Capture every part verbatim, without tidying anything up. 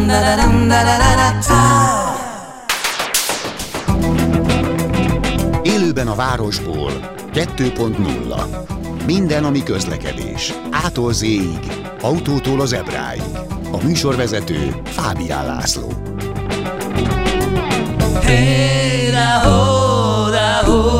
Élőben a városból kettő pont nulla. Minden, ami közlekedés. Ától zéig, autótól az ebráig. A műsorvezető Fábián László. Hey, da, ho, da, ho.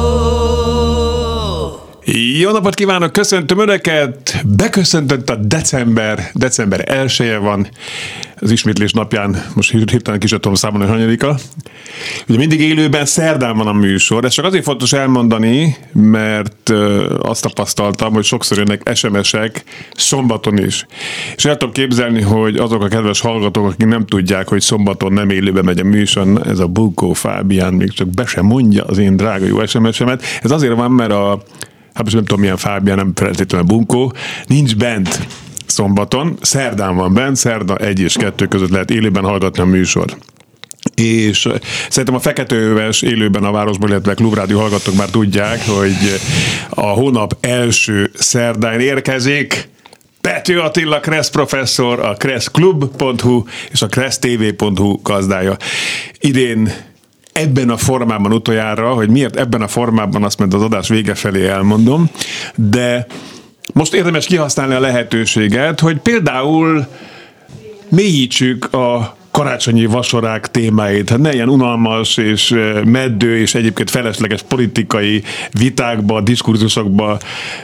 Jó napot kívánok, köszöntöm Önöket! Beköszöntött a december, december elseje van, az ismétlés napján, most hirtelen ki sem tudom számolni, hogy hanyadika. Ugye mindig élőben szerdán van a műsor, ez csak azért fontos elmondani, mert azt tapasztaltam, hogy sokszor jönnek es em es-ek szombaton is. És el tudom képzelni, hogy azok a kedves hallgatók, akik nem tudják, hogy szombaton nem élőben megy a műsor, ez a Bukó Fábián még csak be sem mondja az én drága jó es em es-emet. Ez azért van, mert a hát most nem tudom milyen Fábián, nem feltétlenül Bunkó, nincs bent szombaton, szerdán van bent, szerda egy és kettő között lehet élőben hallgatni a műsor. És szerintem a Feketőves élőben a városból, illetve Klubrádió hallgatók már tudják, hogy a hónap első szerdán érkezik Pető Attila Kressz professzor, a kresszklub pont hu és a kressztv pont hu gazdája. Idén ebben a formában utoljára, hogy miért ebben a formában, azt majd az adás vége felé elmondom, de most érdemes kihasználni a lehetőséget, hogy például mélyítsük a karácsonyi vasorák témáit. Hát ne ilyen unalmas és meddő és egyébként felesleges politikai vitákba, diskurzusokba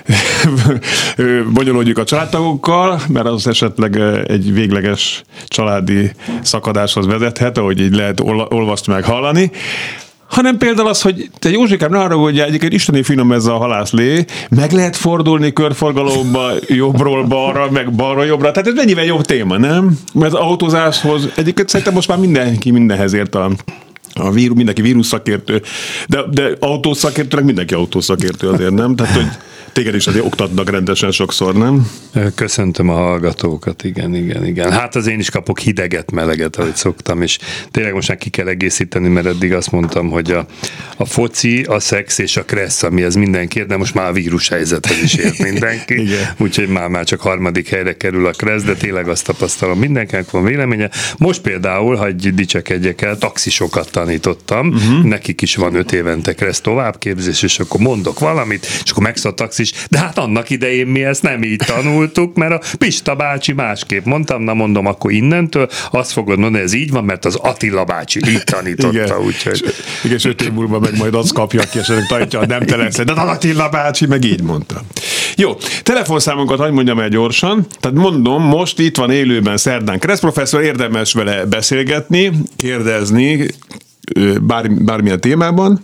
bonyolódjuk a családtagokkal, mert az esetleg egy végleges családi szakadáshoz vezethet, ahogy így lehet olvasni meg hallani, hanem például az, hogy te Józsikám, ne arra, hogy egyébként isteni finom ez a halászlé, meg lehet fordulni körforgalomba, jobbról balra, meg balra jobbra, tehát ez mennyivel jobb téma, nem? Mert az autózáshoz, egyébként szerintem most már mindenki mindenhez ért a, a vírus, mindenki vírusszakértő, de, de autószakértőnek mindenki autószakértő azért, nem? Tehát, hogy téged is azért oktatnak rendesen sokszor, nem? Köszöntöm a hallgatókat, igen, igen, igen. Hát az én is kapok hideget, meleget, ahogy szoktam, és tényleg most már ki kell egészíteni, mert eddig azt mondtam, hogy a, a foci, a szex és a kressz, ami ez mindenki, de most már a vírus helyzethez is ért mindenki, úgyhogy már, már csak harmadik helyre kerül a kressz, de tényleg azt tapasztalom, mindenkinek van véleménye. Most például, hogy dicsekedjek el, taxisokat tanítottam, uh-huh. nekik is van öt évente kressz továbbképzés, és akkor mondok valamit, és akkor megszól a taxis, de hát annak idején mi ezt nem így tanultuk, mert a Pista bácsi másképp mondtam, na mondom, akkor innentől azt fogod mondani, ez így van, mert az Attila bácsi így tanította, igen, úgyhogy... Igen, és öt év múlva meg majd azt kapja ki, és ennek tanítja, nem te leszel, de az Attila bácsi meg így mondta. Jó, telefonszámunkat hadd mondjam el gyorsan, tehát mondom, most itt van élőben szerdán Kressz professzor, érdemes vele beszélgetni, kérdezni bár, bármilyen témában.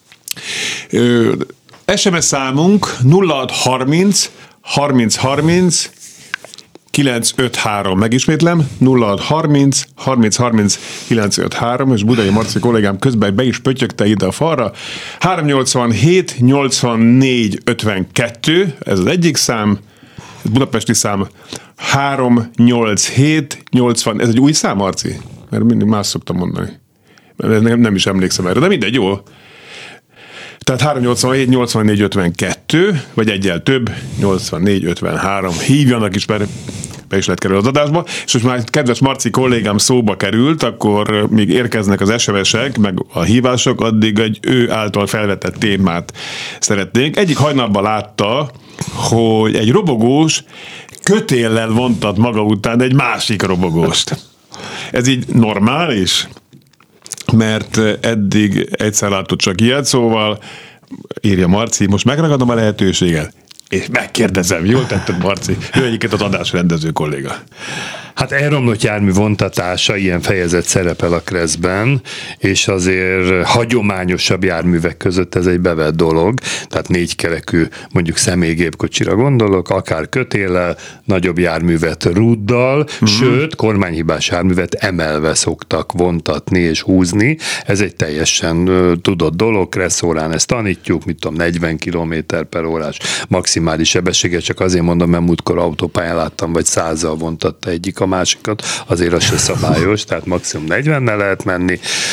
es em es számunk nulla hat harminc harminc harminc kilenc öt három. Megismétlem, nulla hat harminc harminc harminc kilenc öt három, és Budai Marci kollégám közben be is pöttyögte ide a falra. háromnyolcvanhét nyolcvannégy ötvenkettő, ez az egyik szám, ez budapesti szám, háromnyolcvanhét nyolcvan, ez egy új szám, Marci? Mert mindig más szoktam mondani. Nem, nem is emlékszem erre, de mindegy, jó. Tehát háromnyolcvanhét nyolcvannégy ötvenkettő, vagy egyel több, nyolcvannégy ötvenhárom. Hívjanak is, mert be is lehet kerülni az adásba. És most már kedves Marci kollégám szóba került, akkor még érkeznek az es em es-ek, meg a hívások, addig egy ő által felvetett témát szeretnénk. Egyik hajnalban látta, hogy egy robogós kötéllel vontat maga után egy másik robogóst. Ez így normális? Mert eddig egyszer látott csak ilyet, szóval írja Marci, most megragadom a lehetőséget, és megkérdezem, jól tetted, Marci? Ő egyiket az adásrendező kolléga. Hát elromlott jármű vontatása, ilyen fejezet szerepel a Kresszben, és azért hagyományosabb járművek között ez egy bevett dolog, tehát négykerekű, mondjuk személygépkocsira gondolok, akár kötéllel, nagyobb járművet rúddal, mm-hmm. sőt, kormányhibás járművet emelve szoktak vontatni és húzni. Ez egy teljesen uh, tudott dolog, Kressz órán ezt tanítjuk, mit tudom, negyven kilométer per órás maximális sebességet, csak azért mondom, mert múltkor autópályán láttam, vagy százzal vontatta egyik a másikat, azért az se szabályos, tehát maximum negyvennel lehet menni.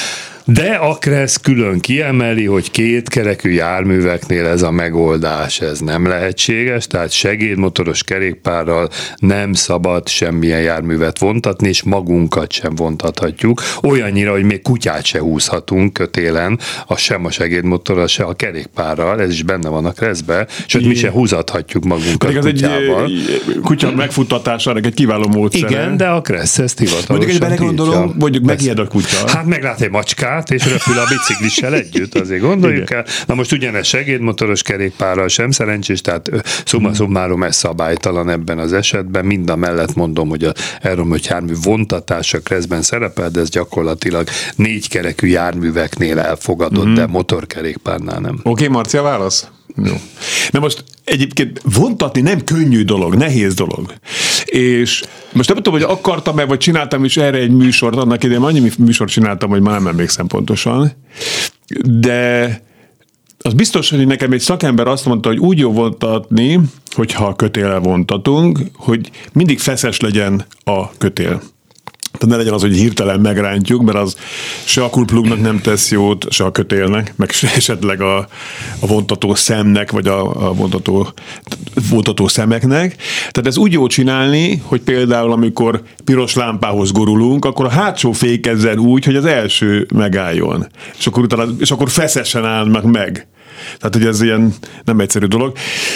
De a Kressz külön kiemeli, hogy kétkerekű járműveknél ez a megoldás, ez nem lehetséges, tehát segédmotoros kerékpárral nem szabad semmilyen járművet vontatni, és magunkat sem vontathatjuk, olyannyira, hogy még kutyát se húzhatunk kötélen, a sem a segédmotorral, se a kerékpárral, ez is benne van a Kresszbe, sőt mi se húzathatjuk magunkat pedig kutyával. Egy kutya megfuttatásának egy kiváló módszer. Igen, de a Kressz ezt hivatalosan mondjuk egy belegondolom, mondjuk megijed a kutya. Hát meglát egy macskát, és röpül a biciklissel együtt, azért gondoljuk el. Na most ugyanez segédmotoros kerékpárral sem szerencsés, tehát szumma summarum ez szabálytalan ebben az esetben. Mind a mellett mondom, hogy a aeromögy jármű vontatása Kresszben szerepel, de ez gyakorlatilag négykerekű járműveknél elfogadott, mm. de motorkerékpárnál nem. Oké, okay, Marci, a válasz? Jó. Na most egyébként vontatni nem könnyű dolog, nehéz dolog. És most nem tudom, hogy akartam-e, vagy csináltam is erre egy műsort, annak idején annyi műsort csináltam, hogy már nem emlékszem pontosan, de az biztos, hogy nekem egy szakember azt mondta, hogy úgy jó vontatni, hogyha kötéllel vontatunk, hogy mindig feszes legyen a kötél. Tehát ne legyen az, hogy hirtelen megrántjuk, mert az se a kulplugnak nem tesz jót, se a kötélnek, meg esetleg a, a vontató szemnek, vagy a, a vontató, vontató szemeknek. Tehát ez úgy jó csinálni, hogy például amikor piros lámpához gurulunk, akkor a hátsó fékezzen úgy, hogy az első megálljon. És akkor, utána, és akkor feszesen állnak meg. Tehát, hogy ez ilyen nem egyszerű dolog.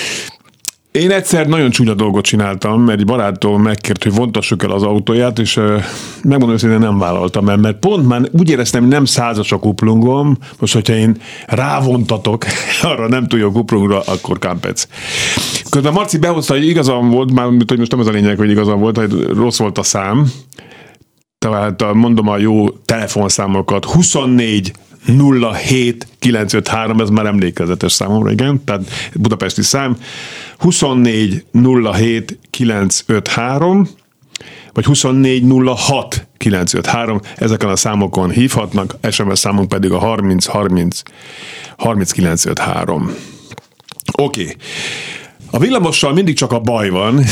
Én egyszer nagyon csúnya dolgot csináltam, mert egy barátom megkért, hogy vontassuk el az autóját, és uh, megmondom őszintén, nem vállaltam el, mert pont már úgy éreztem, hogy nem százas a kuplungom, most, hogyha én rávontatok arra nem túl jó kuplungra, akkor kámpec. Közben Marci behozta, hogy igazam volt, már hogy most nem az a lényeg, hogy igazam volt, hogy rossz volt a szám, tehát mondom a jó telefonszámokat, huszonnégy nulla hét kilencszázötvenhárom, ez már emlékezetes számomra, igen, tehát budapesti szám, huszonnégy nulla hét kilencszázötvenhárom, vagy huszonnégy nulla hat kilencszázötvenhárom, ezeken a számokon hívhatnak, es em es számunk pedig a harminc harminc harminc kilencszázötvenhárom. Oké. Okay. A villamossal mindig csak a baj van,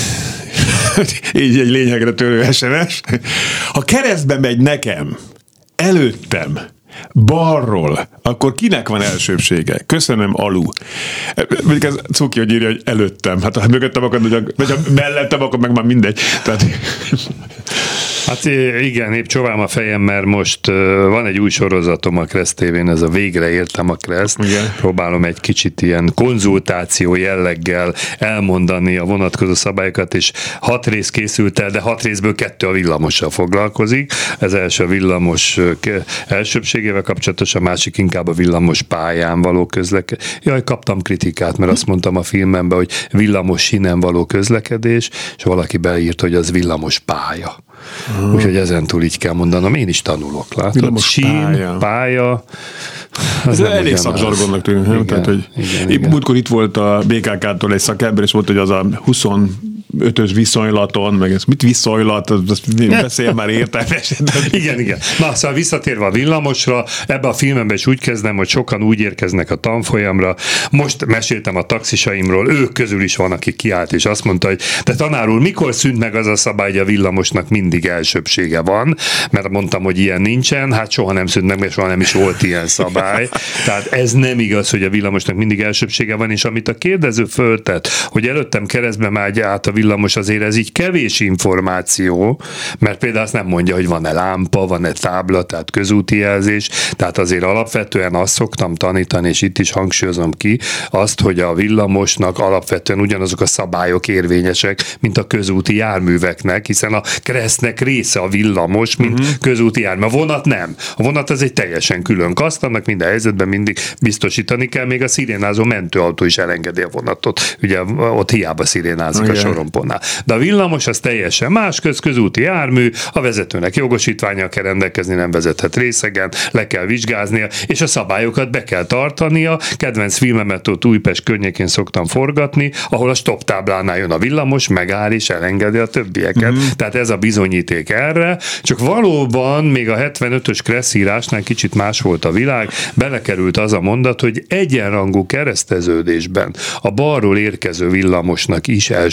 így egy lényegre törő es em es. Ha keresztbe megy nekem, előttem, balról, akkor kinek van elsőbsége? Köszönöm, Alu. Mondjuk ez cuki, hogy írja, hogy előttem. Hát ha mögöttem akar, vagy ha mellettem, akkor meg már mindegy. Tehát... Hát igen, épp csovám a fejem, mert most uh, van egy új sorozatom a Kressz tévén, ez a Végre értem a Kreszt. Igen. Próbálom egy kicsit ilyen konzultáció jelleggel elmondani a vonatkozó szabályokat, és hat rész készült el, de hat részből kettő a villamossal foglalkozik. Ez első a villamos elsőbségével kapcsolatos, a másik inkább a villamos pályán való közlekedés. Jaj, kaptam kritikát, mert azt mondtam a filmemben, hogy villamos sínen való közlekedés, és valaki beírt, hogy az villamos pálya. Uh-huh. Úgyhogy ezentúl így kell mondanom, én is tanulok, látod? Sín, pálya, pálya ez elég szakzsargonnak tűnik, nem? Tehát, hogy igen, igen. Múltkor itt volt a bé ká ká-tól egy szakember, és volt, hogy az a huszonötös viszonylaton, meg ez mit viszonylat, beszélj már értelmesen. Igen, igen. Na, szóval visszatérve a villamosra, ebbe a filmemben is úgy kezdem, hogy sokan úgy érkeznek a tanfolyamra. Most meséltem a taxisaimról, ők közül is van, aki kiállt, és azt mondta, hogy te tanár úr, mikor szűnt meg az a szabály, hogy a villamosnak mindig elsőbsége van, mert mondtam, hogy ilyen nincsen, hát soha nem szűnt meg, mert soha nem is volt ilyen szabály. Tehát ez nem igaz, hogy a villamosnak mindig elsőbsége van, és amit a kérdező föltett, hogy előttem keresztbe megy át a villamos, azért ez így kevés információ, mert például azt nem mondja, hogy van-e lámpa, van-e tábla, tehát közúti jelzés, tehát azért alapvetően azt szoktam tanítani, és itt is hangsúlyozom ki, azt, hogy a villamosnak alapvetően ugyanazok a szabályok érvényesek, mint a közúti járműveknek, hiszen a Kressznek része a villamos, mint uh-huh. közúti jármű. A vonat nem. A vonat az egy teljesen külön kaszt, annak minden helyzetben mindig biztosítani kell, még a szirénázó mentőautó is elengedi a vonatot. Ugye ott hiába szirénázik okay. a sorompónál. De a villamos az teljesen más, köz, közúti jármű, a vezetőnek jogosítványa kell rendelkezni, nem vezethet részegen, le kell vizsgáznia, és a szabályokat be kell tartania. Kedvenc filmemet ott Újpest környékén szoktam forgatni, ahol a stop táblánál jön a villamos, megáll és elengedi a többieket. Uh-huh. Tehát ez a bizonyíték erre. Csak valóban még a hetvenötös Kressz írásnál kicsit más volt a világ, belekerült az a mondat, hogy egyenrangú kereszteződésben a balról érkező villamosnak is elsőbséget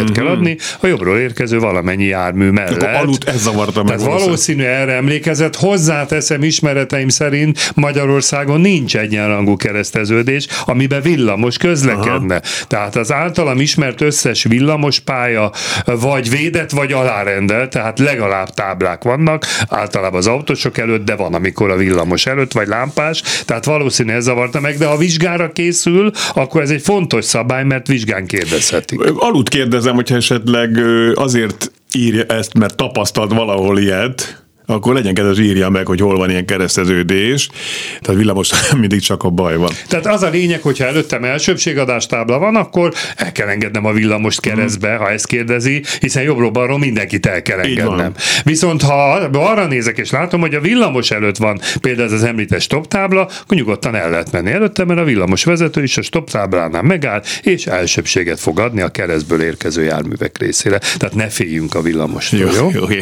uh-huh. kell adni a jobbról érkező valamennyi jármű mellett. Akkor alut ez zavarta meg. Tehát valószínű erre emlékezett. Hozzáteszem, ismereteim szerint Magyarországon nincs egyenrangú kereszteződés, amiben villamos közlekedne. Aha. Tehát az általam ismert összes villamospálya vagy védett, vagy alárendelt, tehát legalább táblák vannak, általában az autósok előtt, de van, amikor a villamos előtt, vagy lámpás, tehát valószínű ez zavarta meg, de ha vizsgára készül, akkor ez egy fontos szabály, mert vizsgán kérdezhetik. Alut kérdezem, hogyha esetleg azért írja ezt, mert tapasztalt valahol ilyet, akkor legyen kedves, írja meg, hogy hol van ilyen kereszteződés. Tehát villamos mindig csak a baj van. Tehát az a lényeg, hogyha előttem elsőbségadás tábla van, akkor el kell engednem a villamost keresztbe, ha ezt kérdezi, hiszen jobbról-balról mindenkit el kell engednem. Viszont ha arra nézek, és látom, hogy a villamos előtt van például ez az említett stop tábla, akkor nyugodtan el lehet menni előtte, mert a villamos vezető is a stop táblánál megáll, és elsőbséget fog adni a keresztből érkező járművek részére. Tehát ne féljünk a villamostól, jó? jó? jó.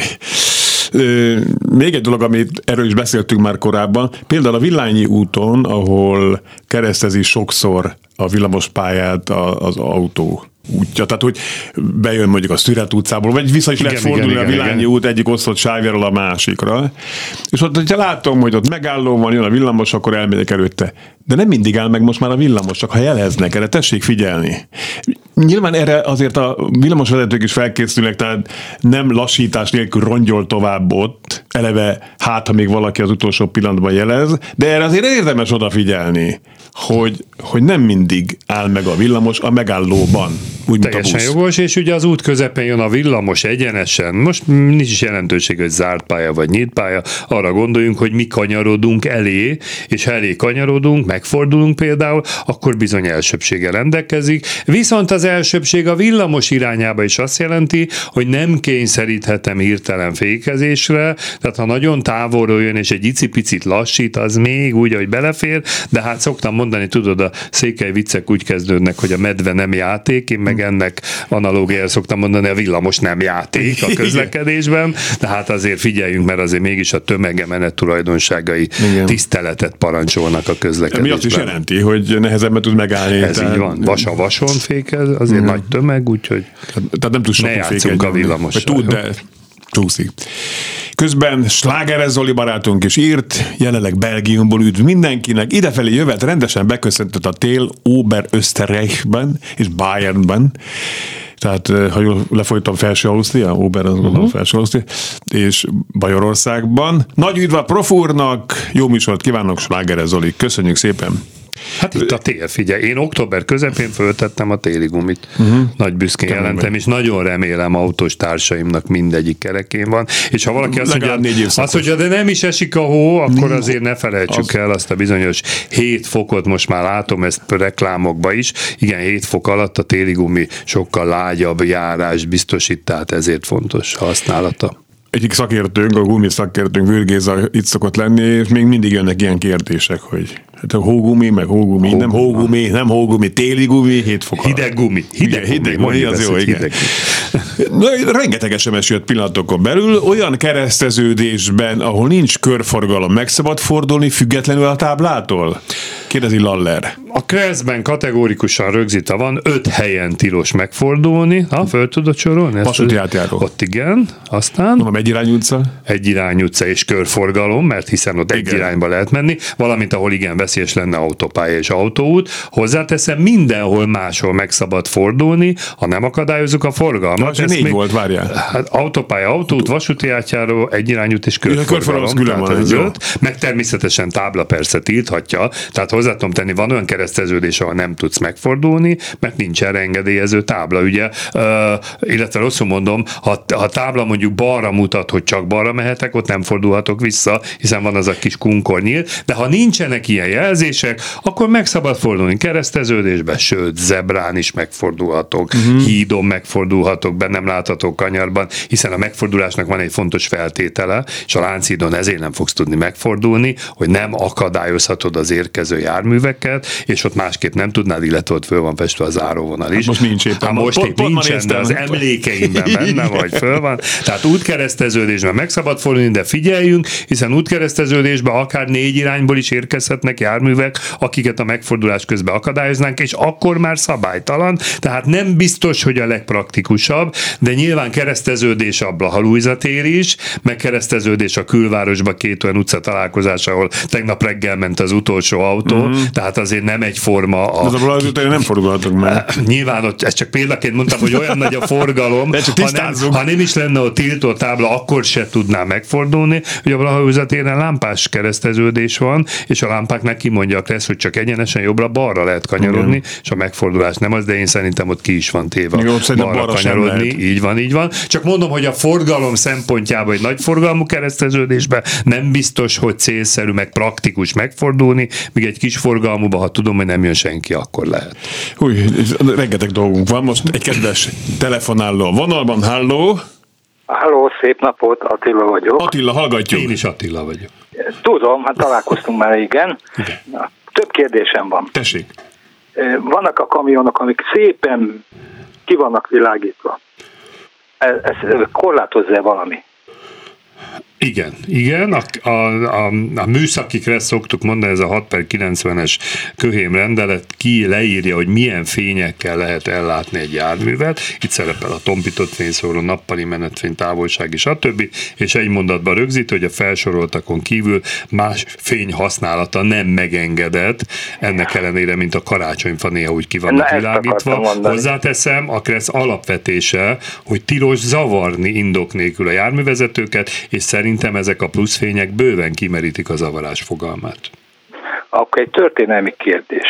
Még egy dolog, amit erről is beszéltünk már korábban, például a Villányi úton, ahol keresztezi sokszor a villamospályát az autó útja, tehát hogy bejön mondjuk a Szüret utcából, vagy vissza is igen, lehet fordulni igen, a Villányi igen. út egyik osztott sávjáról a másikra. És ott, hogyha látom, hogy ott megálló van, jön a villamos, akkor elmegyek előtte. De nem mindig áll meg most már a villamos, csak ha jeleznek, erre tessék figyelni. Nyilván erre azért a villamosvezetők is felkészülnek, tehát nem lassítás nélkül rongyol tovább ott, eleve hát, ha még valaki az utolsó pillanatban jelez, de erre azért érdemes odafigyelni, hogy, hogy nem mindig áll meg a villamos a megállóban. Úgy, teljesen jogos, és ugye az út közepén jön a villamos egyenesen. Most nincs is jelentőség, hogy zárt pálya vagy nyílt pálya. Arra gondoljunk, hogy mi kanyarodunk elé, és ha elé kanyarodunk, megfordulunk például, akkor bizony elsőbbsége rendelkezik. Viszont az elsőbbség a villamos irányába is azt jelenti, hogy nem kényszeríthetem hirtelen fékezésre, tehát ha nagyon távolról jön és egy icipicit lassít, az még úgy, hogy belefér, de hát szoktam mondani, tudod, a székely viccek úgy kezdődnek, hogy a medve nem játék, én meg ennek analógiára szoktam mondani, a villamos nem játék a közlekedésben, tehát azért figyeljünk, mert azért mégis a tömegemenet tulajdonságai igen. tiszteletet parancsolnak a közlekedésben. Mi azt is jelenti, hogy nehezebben tud megállni. Ez tehát... így van. Vas a vason fékez, azért hmm. nagy tömeg, úgyhogy tehát nem tud ne játszunk a villamossal. Tud, de csúszik. Közben Sláger Zoli barátunk is írt, jelenleg Belgiumból üdv mindenkinek, idefelé jövet rendesen beköszöntött a tél Oberösterreichben és Bayernben, tehát ha jól lefolytam Felső-Ausztria, Ober az uh-huh. Felső-Ausztria, és Bajorországban. Nagy üdv a profúrnak, jó műsort kívánok, Sláger Zoli, köszönjük szépen! Hát itt a tél, figyelj, én október közepén föltettem a téli gumit. Uh-huh. Nagy büszkén Kemen jelentem, meg. És nagyon remélem autós társaimnak mindegyik kerekén van. És ha valaki azt mondja, azt mondja, de nem is esik a hó, akkor Nincs. azért ne felejtsük az... el azt a bizonyos hét fokot, most már látom ezt reklámokba is. Igen, hét fok alatt a téli gumi sokkal lágyabb járást biztosít, tehát ezért fontos használata. Egyik szakértőnk, a gumi szakértőnk, Vőr Géza itt szokott lenni, és még mindig jönnek ilyen kérdések, hogy hát a hógumi, meg hógumi, hógumi nem hógumi, nem hógumi, téli gumi, hét fok alatt. Hideg gumi, hideg, hideg gumi, hideg, az jó, igen. Hideg. Na, rengeteg es em es jött pillanatokon belül, olyan kereszteződésben, ahol nincs körforgalom, meg szabad fordulni függetlenül a táblától? Kérdezi Laller. A keresztben kategórikusan rögzítve van, öt helyen tilos megfordulni. Ha, föl tudod sorolni? Vasúti átjáró. Ott igen, aztán... Mondom, egyirányú utca? Egyirányú utca és körforgalom, mert hiszen ott igen. egy irányba lehet menni, valamint ahol igen veszélyes lenne autópálya és autóút. Hozzáteszem, mindenhol máshol meg szabad fordulni, ha nem akadályozzuk a forgalmat. Na, négy még, volt, várjál. Hát autópálya, autóút, vasúti átjáró, egyirányút és körforgalom. körforgalom meg természetesen tábla persze tilthatja, tehát hozzá tudom tenni, van olyan kereszteződés, ahol nem tudsz megfordulni, mert nincs erre engedélyező tábla, ugye, uh, illetve rosszul mondom, ha, ha tábla mondjuk balra mutat, hogy csak balra mehetek, ott nem fordulhatok vissza, hiszen van az a kis kunkornyíl, de ha nincsenek ilyen jelzések, akkor meg szabad fordulni kereszteződésbe, sőt, zebrán is megfordulhatok, uh-huh. hídon megfordulhatok, be nem látható kanyarban, hiszen a megfordulásnak van egy fontos feltétele, és a Lánchídon ezért nem fogsz tudni megfordulni, hogy nem akadályozhatod az érkező járműveket, és ott másképp nem tudnád, illetve ott föl van festve a záróvonal is. Most nincs éppen. Hát most pont, épp nincsen, de az emlékeimben benne vagy, föl van. Tehát útkereszteződésben meg szabad fordulni, de figyeljünk, hiszen útkereszteződésben akár négy irányból is érkezhetnek járművek, akiket a megfordulás közben akadályoznánk, és akkor már szabálytalan. Tehát nem biztos, hogy a legpraktikusabb, de nyilván kereszteződés a Blaha-Lujza tér is, meg kereszteződés a külvárosba két olyan utca találkozás, ahol tegnap reggel ment az utolsó autó, mm-hmm. tehát azért nem egyforma. A... Ez a Blaha-Lujza téren nem fordulhatok meg. Nyilván ott, ezt csak példaként mondtam, hogy olyan nagy a forgalom, ha nem, ha nem is lenne a tiltó tábla, akkor se tudná megfordulni, hogy a Blaha-Lujza téren lámpás kereszteződés van, és a lámpáknak kimondják lesz, hogy csak egyenesen jobbra-balra lehet kanyarodni, igen. és a megfordulás nem az, de én szerintem ott ki is van téve igen, balra, balra kanyarodni. Így van, így van. Csak mondom, hogy a forgalom szempontjából egy nagy forgalmú kereszteződésben nem biztos, hogy célszerű, meg praktikus megfordulni, míg egy kis forgalmúban, ha tudom, hogy nem jön senki, akkor lehet. Húj, rengeteg dolgunk van. Most egy kedves telefonáló a vonalban. Halló! Halló, szép napot, Attila vagyok. Attila, hallgatjuk. Én is Attila vagyok. Tudom, hát találkoztunk már igen. Na, több kérdésem van. Tessék. Vannak a kamionok, amik szépen ki vannak világítva. Ez, ez korlátozza valami? Igen, igen, a, a, a, a műszakikre szoktuk mondani, ez a hat per kilencvenes köhém rendelet ki leírja, hogy milyen fényekkel lehet ellátni egy járművet. Itt szerepel a tompított fényszóró, nappali menetfény, távolsági, stb. És egy mondatban rögzít, hogy a felsoroltakon kívül más fény használata nem megengedett, ennek ellenére, mint a karácsonyfa néha úgy ki vannak világítva. Hozzáteszem, a KRESZ alapvetése, hogy tilos zavarni indok nélkül a járművezetőket, és szerint Szerintem ezek a pluszfények bőven kimerítik a zavarás fogalmát. Akkor egy történelmi kérdés.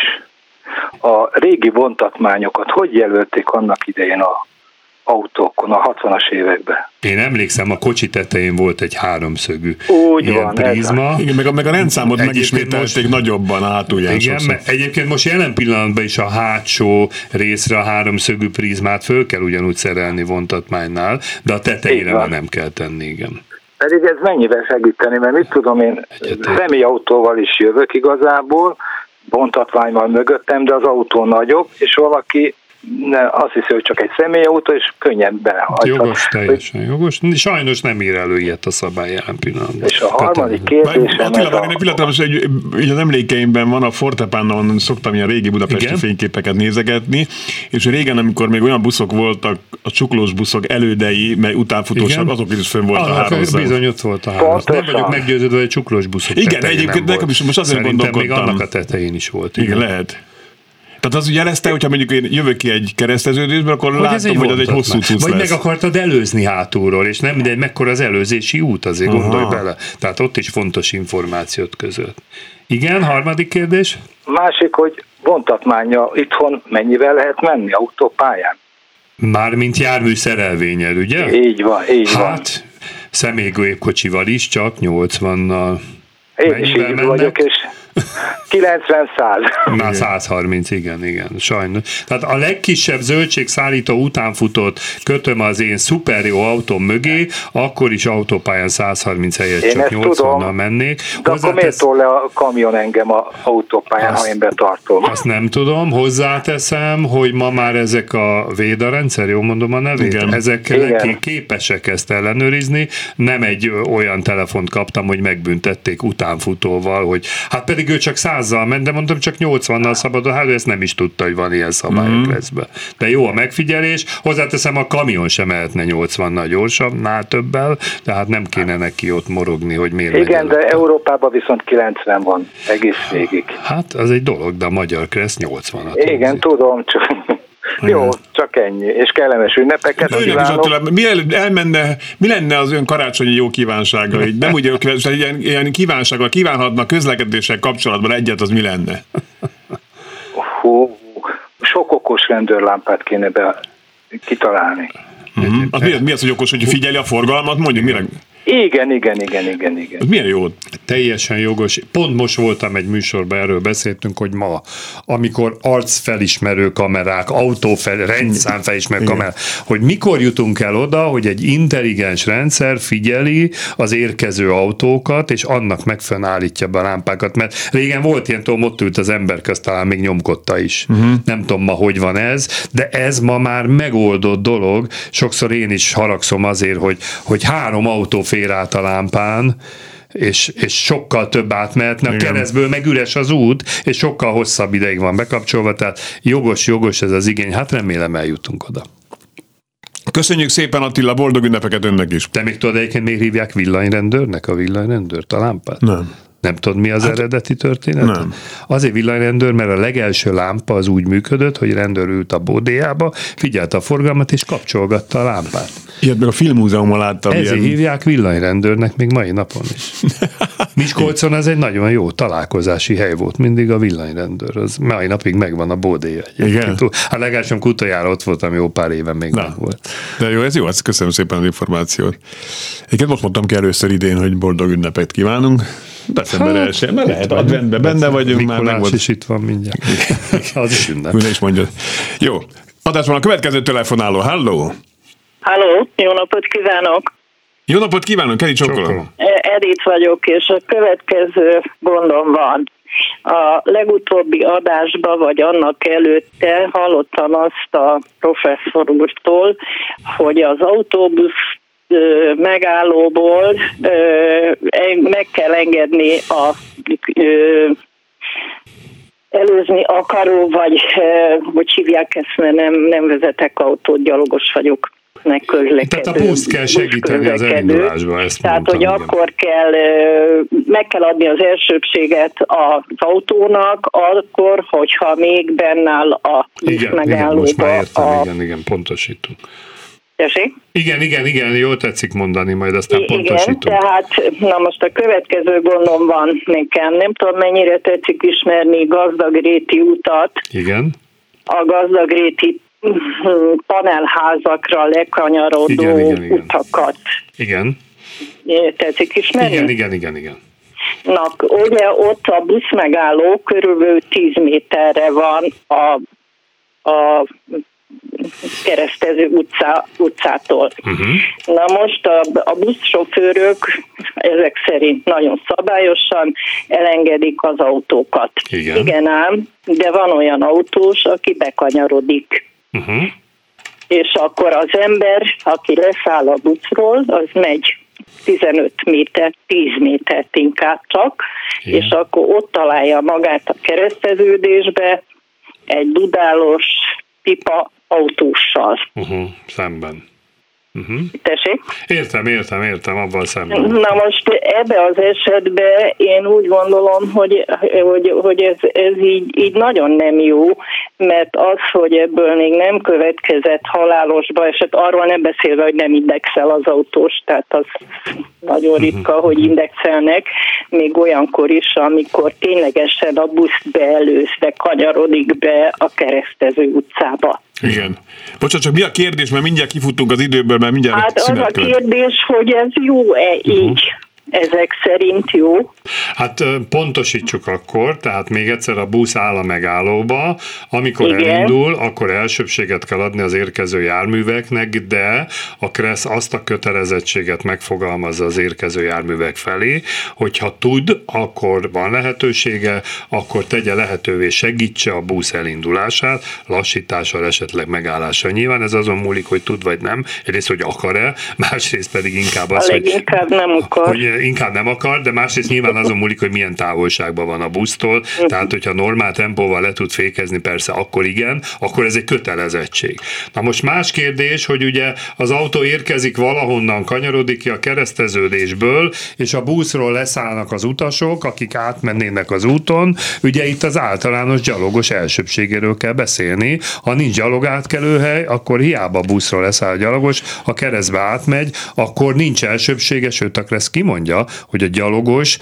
A régi vontatmányokat hogy jelölték annak idején a autókon, a hatvanas években? Én emlékszem, a kocsi tetején volt egy háromszögű úgy ilyen van, prizma. Igen, meg a, meg a rendszámot megismételték most, nagyobban hátulján. Igen, mert egyébként most jelen pillanatban is a hátsó részre a háromszögű prizmát föl kell ugyanúgy szerelni vontatmánynál, de a tetejére már nem kell tenni, igen. Pedig ez mennyivel segíteni, mert mit tudom én, személyautóval is jövök igazából, bontatványval mögöttem, de az autó nagyobb, és valaki ne, azt hiszi, hogy csak egy személyautó, és könnyen belehajtja. Jogos, teljesen hogy... jogos. Sajnos nem ír elő ilyet a szabály jelen pillanatban. És a harmadik kérdésem... Attila, a... egy pillanatra, most egy, így az emlékeimben van, a Fortepánon szoktam ilyen régi budapesti igen? fényképeket nézegetni, és régen, amikor még olyan buszok voltak, a csuklós buszok elődei, mely utánfutósak, azok is fönn volt a háromszög. Bizony ott volt a háromszög. Nem vagyok meggyőződve, hogy csuklós buszok igen, egyébként nekem is most azért gondolkodtam. Szerintem még annak a tetején is volt. Igen, igen lehet. Tehát az úgy jelezte, hogyha mondjuk én jövök ki egy kereszteződésből, akkor hogy látom, hogy az egy hosszú cucc Vagy lesz. meg akartad előzni hátulról, és nem mindegy, mekkora az előzési út, azért aha. Gondolj bele. Tehát ott is fontos információt között. Igen, harmadik kérdés? Másik, hogy vontatmánya itthon mennyivel lehet menni autópályán? Mármint jármű szerelvényel, ugye? Így van, így hát, van. Hát, személygépkocsival is csak nyolcvannal. Én mennyivel is így mennek? Vagyok, és kilencven száz. Már száz harminc, igen, igen, sajnos. Tehát a legkisebb zöldségszállító utánfutót kötöm az én szuper jó autóm mögé, akkor is autópályán száz harminc helyett én csak nyolcvannal mennék. De hozzátesz... akkor miért tol le a kamion engem a autópályán, azt, ha én betartom? Azt nem tudom, hozzáteszem, hogy ma már ezek a Véda rendszer, jól mondom a nevét, igen. ezek igen. képesek ezt ellenőrizni. Nem egy olyan telefont kaptam, hogy megbüntették utánfutóval, hogy hát pedig ő csak százzal ment, de mondtam, csak nyolcvannal szabadon, hát ő ezt nem is tudta, hogy van ilyen szabályok mm. lesz be. De jó a megfigyelés, hozzáteszem, a kamion sem mehetne nyolcvannal gyorsabbnál többel, tehát nem kéne neki ott morogni, hogy miért. Igen, de Európában viszont kilencven van egész végig. Hát az egy dolog, de a magyar kereszt nyolcvanat. Igen, hangzik. Tudom, csak... Jó, csak ennyi, és kellemes ünnepeket kívánok. Mi, elmenne, mi lenne az ön karácsonyi jó kívánsága? Így nem úgy, ilyen, ilyen kívánsággal kívánhatna közlekedéssel kapcsolatban egyet, az mi lenne? Hú, sok okos rendőrlámpát kéne be kitalálni. Uh-huh. Az mi, mi az, hogy okos, hogy figyeli a forgalmat? Mondjuk, mire? Igen, igen, igen, igen, igen. Milyen jó. Teljesen jogos. Pont most voltam egy műsorban, erről beszéltünk, hogy ma, amikor arcfelismerő kamerák, autófel, rendszámfelismerő kamerák, hogy mikor jutunk el oda, hogy egy intelligens rendszer figyeli az érkező autókat, és annak megfelelően állítja be a lámpákat, mert régen volt ilyen, tudom, ott ült az ember közt, talán még nyomkodta is. Uh-huh. Nem tudom ma, hogy van ez, de ez ma már megoldott dolog. Sokszor én is haragszom azért, hogy, hogy három autó fér át a lámpán, és, és sokkal több átmehetne, a keresztből meg üres az út, és sokkal hosszabb ideig van bekapcsolva, tehát jogos, jogos ez az igény, hát remélem eljutunk oda. Köszönjük szépen, Attila, boldog ünnepeket önnek is. Te még tudod, egyébként még hívják villanyrendőrnek a villanyrendőrt, a lámpát? Nem. Nem tudod, mi az hát, eredeti történet? Nem. Azért villanyrendőr, mert a legelső lámpa az úgy működött, hogy rendőr ült a bódéjába, figyelte a forgalmat és kapcsolgatta a lámpát. Ilyet meg a Filmmúzeumban láttam. Ezért ilyen. hívják villanyrendőrnek még mai napon is. Miskolcon az egy nagyon jó találkozási hely volt mindig a villanyrendőr. Az mai napig megvan a bódéja. Igen? Hát legalábbis utoljára ott voltam, jó pár éven még meg volt. De jó, ez jó, ezt köszönöm szépen az információt. Egyébként most mondtam ki először idén, hogy boldog ünnepet kívánunk. December első, mert lehet adventben benne vagyunk. Mikulás már meg is itt van mindjárt. Az is ünnep. Is mondja. Jó. Adásban a következő telefonáló. Halló! Halló, jó napot kívánok! Jó napot kívánok, Keri Csókolom! Edith vagyok, és a következő gondom van. A legutóbbi adásban, vagy annak előtte hallottam azt a professzor úrtól, hogy az autóbusz megállóból meg kell engedni a előzni akaró, vagy hogy hívják ezt, mert nem, nem vezetek autót, gyalogos vagyok, megközlekedő. Tehát a buszt kell segíteni az elindulásban, ezt Tehát, mondtam, hogy igen. akkor kell, meg kell adni az elsőbséget az autónak, akkor, hogyha még bennáll a busz igen, megállóba. Igen, most már értem, a... igen, igen, pontosítunk. Tessék? Igen, igen, igen, jól tetszik mondani, majd aztán Igen, pontosítunk. tehát na most a következő gondom van nekem. Nem tudom, mennyire tetszik ismerni Gazdagréti utat. Igen. A Gazdagréti panelházakra lekanyarodó igen, igen, igen. utakat. Igen. Tetszik ismerni? Igen, igen, igen, igen. Na, ugye ott a buszmegálló körülbelül tíz méterre van a, a Keresztező utcá, utcától. Uh-huh. Na most a, a buszsofőrök ezek szerint nagyon szabályosan elengedik az autókat. Igen. Igen ám, de van olyan autós, aki bekanyarodik. Uh-huh. És akkor az ember, aki leszáll a buszról, az megy tizenöt méter, tíz métert inkább csak, igen. És akkor ott találja magát a kereszteződésbe egy dudálós pipa autóssal. Uh-huh, szemben. Uh-huh. Tessék? Értem, értem, értem, abban szemben. Na most ebbe az esetben én úgy gondolom, hogy, hogy, hogy ez, ez így, így nagyon nem jó, mert az, hogy ebből még nem következett halálos baleset, arról nem beszélve, hogy nem indexel az autós, tehát az nagyon ritka, uh-huh. hogy indexelnek, még olyankor is, amikor ténylegesen a busz beelőzve kanyarodik be a Keresztező utcába. Igen. Bocsánat, csak mi a kérdés, mert mindjárt kifutunk az időből, mert mindjárt hát az a követ. kérdés, hogy ez jó-e így? Uh-huh. Ezek szerint jó. Hát pontosítsuk akkor, tehát még egyszer a busz áll a megállóba, amikor igen. elindul, akkor elsőbséget kell adni az érkező járműveknek, de a KRESZ azt a kötelezettséget megfogalmazza az érkező járművek felé, hogyha tud, akkor van lehetősége, akkor tegye lehetővé, segítse a busz elindulását, lassítással, esetleg megállással. Nyilván ez azon múlik, hogy tud vagy nem, egyrészt, hogy akar-e, másrészt pedig inkább az, hogy, inkább nem akar. hogy inkább nem akar, de másrészt nyilván azon múlik, hogy milyen távolságban van a busztól, tehát hogyha normál tempóval le tud fékezni, persze akkor igen, akkor ez egy kötelezettség. Na most más kérdés, hogy ugye az autó érkezik valahonnan, kanyarodik ki a kereszteződésből, és a buszról leszállnak az utasok, akik átmennének az úton, ugye itt az általános gyalogos elsőbségéről kell beszélni. Ha nincs gyalogátkelőhely, akkor hiába buszról leszáll a gyalogos, ha keresztbe átmegy, akkor nincs elsőbsége, sőt a KRESZ kimondja, hogy a gyalogos akar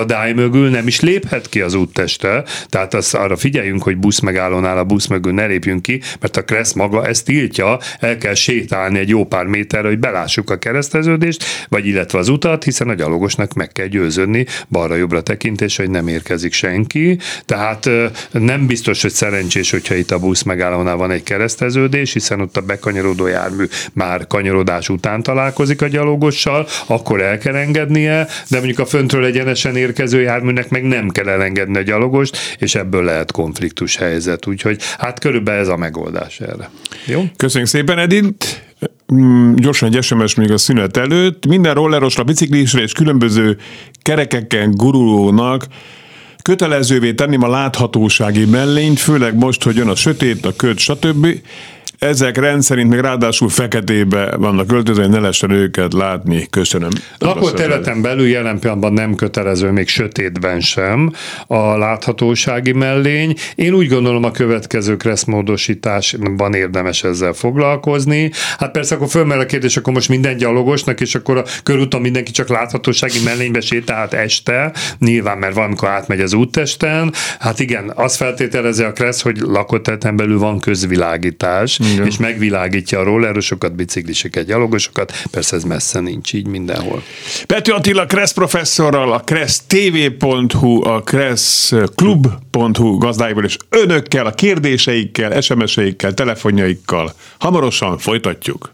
akadály mögül nem is léphet ki az úttestre, tehát azt arra figyeljünk, hogy buszmegállónál a busz mögül ne lépjünk ki, mert a Kressz maga ezt tiltja, el kell sétálni egy jó pár méterre, hogy belássuk a kereszteződést, vagy illetve az utat, hiszen a gyalogosnak meg kell győződni balra-jobbra tekintés, hogy nem érkezik senki. Tehát nem biztos, hogy szerencsés, hogyha itt a busz megállónál van egy kereszteződés, hiszen ott a bekanyarodó jármű már kanyarodás után találkozik a gyalogossal, akkor el kell engednie, de mondjuk a föntről egyenesen érkező járműnek meg nem kell elengedni a gyalogost, és ebből lehet konfliktus helyzet. Úgyhogy hát körülbelül ez a megoldás erre. Jó? Köszönjük szépen, Edith! Gyorsan egy es em es még a szünet előtt. Minden rollerosra, biciklisre és különböző kerekeken gurulónak kötelezővé tenném a láthatósági mellényt, főleg most, hogy jön a sötét, a köd, stb. Ezek rendszerint még ráadásul feketébe vannak öltözve, ne lehessen őket látni. Köszönöm. Lakóterületen belül jelen pillanatban nem kötelező, még sötétben sem a láthatósági mellény. Én úgy gondolom, a következő Kressz módosításban érdemes ezzel foglalkozni. Hát persze akkor fölmerül a kérdés, akkor most minden gyalogosnak, és akkor a körúton mindenki csak láthatósági mellénybe sétálhat este, nyilván, mert valamikor átmegy az úttesten. Hát igen, azt feltételezi a Kressz, hogy lakóterületen belül van közvilágítás, igen, és megvilágítja a rollerosokat, bicikliseket, gyalogosokat. Persze ez messze nincs így mindenhol. Pető Attila Kressz professzorral, a kressz té vé pont hu, a kressz klub pont hu gazdáival, és önökkel, a kérdéseikkel, es em es-eikkel, telefonjaikkal. Hamarosan folytatjuk.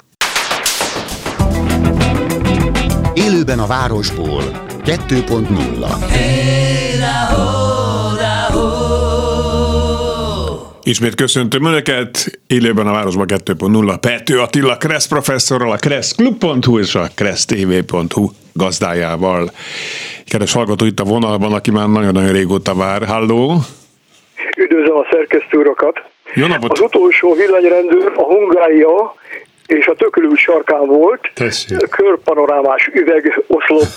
Élőben a városból kettő pont nulla. Ismét köszöntöm Önöket, élőben a városban kettő pont nulla. Pető Attila Kressz professzorral, a kressz klub pont hu és a kressz té vé pont hu gazdájával. Kedves hallgató itt a vonalban, aki már nagyon-nagyon régóta vár. Halló! Üdvözlöm a szerkesztő urakat! Jó napot! Az utolsó villanyrendőr a Hungária és a Tököli út sarkán volt. Tessék. Körpanorámás üvegoszlop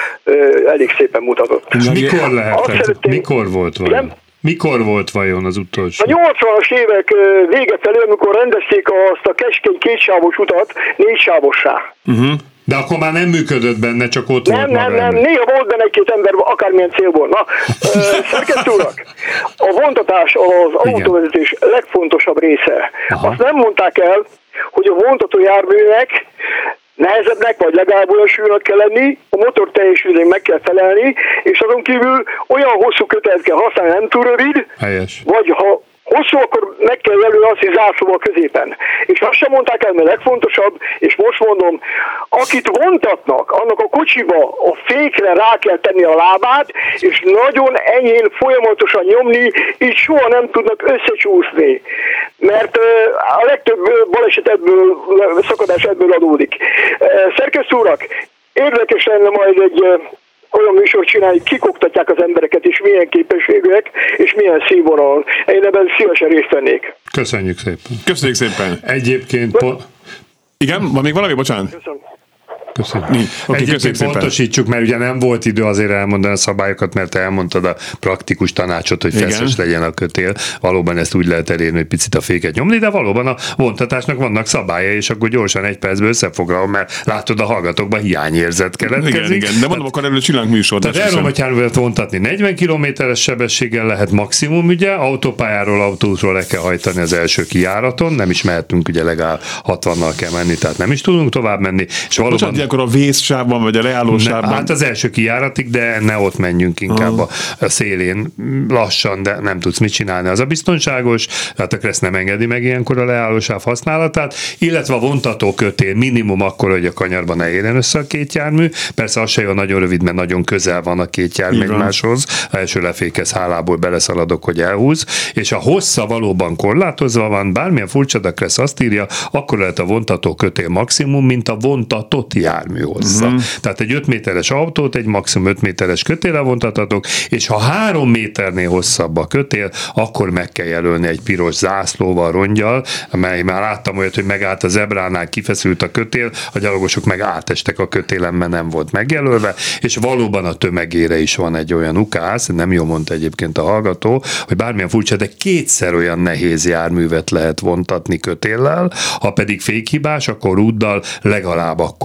elég szépen mutatott. Mikor lehetett? Szeretném... Mikor volt vajon? Nem? Mikor volt vajon az utolsó? A nyolcvanas évek vége felé, amikor rendezték azt a keskeny kétsávos utat négysávosá. Uh-huh. De akkor már nem működött benne, csak ott nem, volt Nem, nem, nem, néha volt benne egy-két ember, akármilyen célból. Na, szerkesztő urak, a vontatás az igen, autóvezetés legfontosabb része. Aha. Azt nem mondták el, hogy a vontató járműnek nehezebbnek, vagy legalább olyan súlynak kell lenni, a motor teljesülésnek meg kell felelni, és azon kívül olyan hosszú kötelet kell használni, nem túl rövid, helyes, vagy ha hosszú, akkor meg kell jelölni azt, hogy zászlóval középen. És azt sem mondták el, mert legfontosabb, és most mondom, akit vontatnak, annak a kocsiba a fékre rá kell tenni a lábát, és nagyon enyhén folyamatosan nyomni, így soha nem tudnak összecsúszni. Mert a legtöbb baleset ebből, szakadás ebből adódik. Szerkesztő urak, érdekes lenne majd egy olyan műsort csinálni, kikoktatják az embereket, és milyen képességek, és milyen színvonalon. Én ebben szívesen részt vennék. Köszönjük szépen. Köszönjük szépen. Egyébként... Po- Igen, van még valami? Bocsánat. Köszönöm. Köszönöm. Okay, Egyébként pontosítsuk, mert ugye nem volt idő azért elmondani a szabályokat, mert te elmondtad a praktikus tanácsot, hogy feszes legyen a kötél. Valóban ezt úgy lehet elérni, hogy picit a féket nyomni, de valóban a vontatásnak vannak szabályai, és akkor gyorsan egy percben összefoglalom, mert látod, a hallgatókban hiányérzet keletkezik. Igen, igen, de mondom, akkor előtt csinálunk műsort. Tehát erről, hogy járművet vontatni negyven kilométeres sebességgel lehet maximum, ugye, autópályáról, autóról le kell hajtani az első kijáraton, nem is mehetünk, ugye legalább hatvannal kell menni, tehát nem is tudunk tovább menni. És valóban akkor a vészsávban, vagy a leállósávban? Hát az első kijáratig, de ne ott menjünk inkább a, a szélén lassan, de nem tudsz mit csinálni. Az a biztonságos, tehát a Kressz nem engedi meg ilyenkor a leállósáv használatát, illetve a vontató kötél minimum akkor, hogy a kanyarban ne érjen össze a két jármű. Persze az se jó, nagyon rövid, mert nagyon közel van a két jármű egymáshoz. A első lefékez hálából beleszaladok, hogy elhúz, és a hossza valóban korlátozva van, bármilyen furcsa, de a Kressz azt írja, akkor lehet a vontató kötél maximum, mint a vontatott jármű hossza. Uh-huh. Tehát egy öt méteres autót egy maximum öt méteres kötéllel vontathatok, és ha három méternél hosszabb a kötél, akkor meg kell jelölni egy piros zászlóval, rongyal, mely már láttam olyat, hogy megállt a zebránál, kifeszült a kötél, a gyalogosok meg átestek a kötélen, mert nem volt megjelölve, és valóban a tömegére is van egy olyan ukász, nem jól mondta egyébként a hallgató, hogy bármilyen furcsa, de kétszer olyan nehéz járművet lehet vontatni kötéllel, ha pedig fékhibás, akkor rúddal legalább akkora legyen,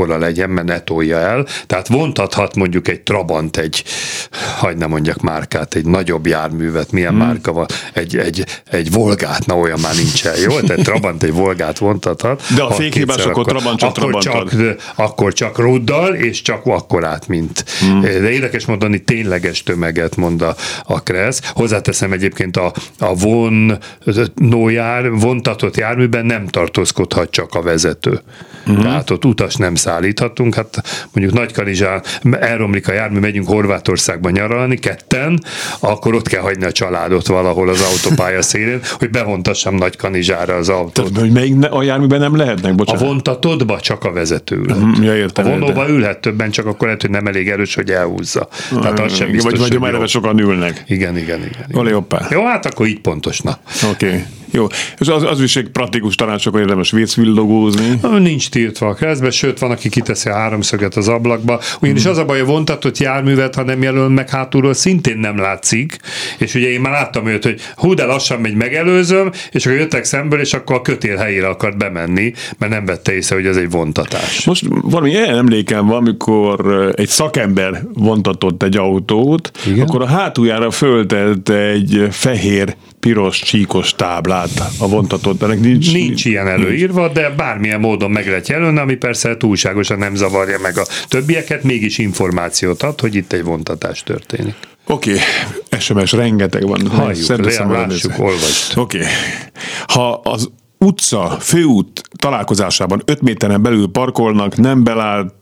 menjen, mert ne tolja el. Tehát vontathat mondjuk egy Trabant, egy, hagyd ne mondjak márkát, egy nagyobb járművet, milyen hmm. márka van, egy, egy, egy Volgát, na olyan már nincsen, jó? Tehát Trabant egy Volgát vontathat. De a fékhibás akkor Trabant csak akkor csak, akkor csak Ruddal, és csak akkorát, mint. Hmm. De érdekes mondani, tényleges tömeget mond a, a Kressz. Hozzáteszem egyébként a, a vonójár, vontatott járműben nem tartózkodhat csak a vezető. Uh-huh. Tehát ott utas nem szállíthatunk. Hát mondjuk Nagykanizsán elromlik a jármű, megyünk Horvátországba nyaralni, ketten, akkor ott kell hagyni a családot valahol az autópálya szélén, hogy bevontassam Nagykanizsára az autót. Tehát, hogy melyik ne, a járműben nem lehetnek, bocsánat? A vontatottba csak a vezető ülhet. Uh-huh. Ja, értem, a vonóba de... ülhet többen, csak akkor lehet, hogy nem elég erős, hogy elhúzza. Uh-huh. Tehát az sem biztos, vagy, vagy már eleve sokan ülnek. Igen, igen, igen. Olé, hoppá. Jó, hát akkor így pontos, na. Oké. Okay. Jó, és az, az is egy praktikus tanácsok, hogy érdemes vészvillogózni. Nincs tiltva a Kresszbe, sőt van, aki kiteszi a háromszöget az ablakba. Ugyanis az a baj, a vontatott járművet, ha nem jelöl meg hátulról, szintén nem látszik. És ugye én már láttam őt, hogy hú, de lassan megy, megelőzöm, és akkor jöttek szemből, és akkor a kötél helyére akart bemenni, mert nem vette észre, hogy ez egy vontatás. Most valami ilyen emlékem van, amikor egy szakember vontatott egy autót, igen? Akkor a hátuljára föltett egy fehér, piros, csíkos táblát a vontatott, de nincs, nincs, nincs ilyen előírva, de bármilyen módon meg lehet jelölni, ami persze túlságosan nem zavarja meg a többieket, mégis információt ad, hogy itt egy vontatás történik. Oké, okay. es em es rengeteg van. Halljuk, lássuk, olvasd. Oké. Okay. Ha az utca, főút találkozásában öt méteren belül parkolnak, nem belát...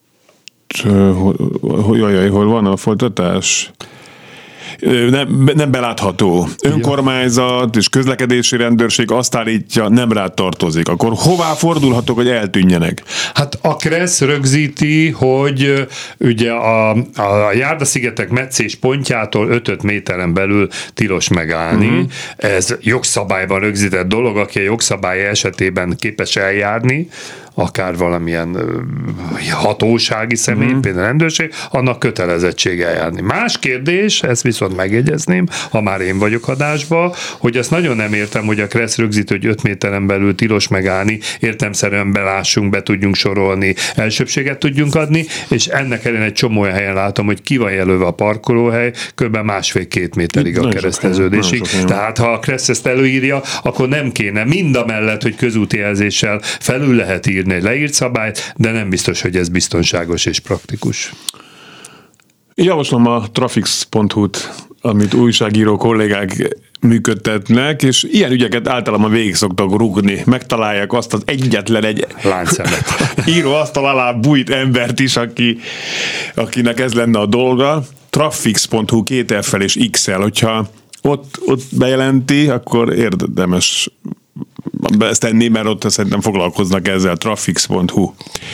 Jaj, hol van a folytatás? Nem, nem belátható. Önkormányzat és közlekedési rendőrség azt állítja, nem rád tartozik. Akkor hová fordulhatok, hogy eltűnjenek? Hát a Kressz rögzíti, hogy ugye a, a Járdaszigetek meccés pontjától öt méteren belül tilos megállni. Uh-huh. Ez jogszabályban rögzített dolog, aki a jogszabály esetében képes eljárni, akár valamilyen hatósági személy, mm. például rendőrség, annak kötelezettsége eljárni. Más kérdés, ezt viszont megjegyezném, ha már én vagyok adásban, hogy ezt nagyon nem értem, hogy a Kressz rögzít, hogy öt méteren belül tilos megállni, értelemszerűen belássunk, be tudjunk sorolni, elsőbséget tudjunk adni, és ennek ellen egy csomó olyan helyen látom, hogy ki van jelölve a parkolóhely, kb. másfél-két méterig a kereszteződésig. Tehát ha a Kressz ezt előírja, akkor nem kéne mind a mellett, hogy közúti jelzéssel felül lehet írni egy leírt szabályt, de nem biztos, hogy ez biztonságos és praktikus. Javaslom a trafix pont hu-t, amit újságíró kollégák működtetnek, és ilyen ügyeket általában végig szoktak rúgni. Megtalálják azt az egyetlen egy láncszemet. íróasztal alá bújt embert is, aki, akinek ez lenne a dolga. trafix pont hu két F-fel és X-el, hogyha ott, ott bejelenti, akkor érdemes ezt tenni, mert ott szerintem foglalkoznak ezzel, trafix pont hu.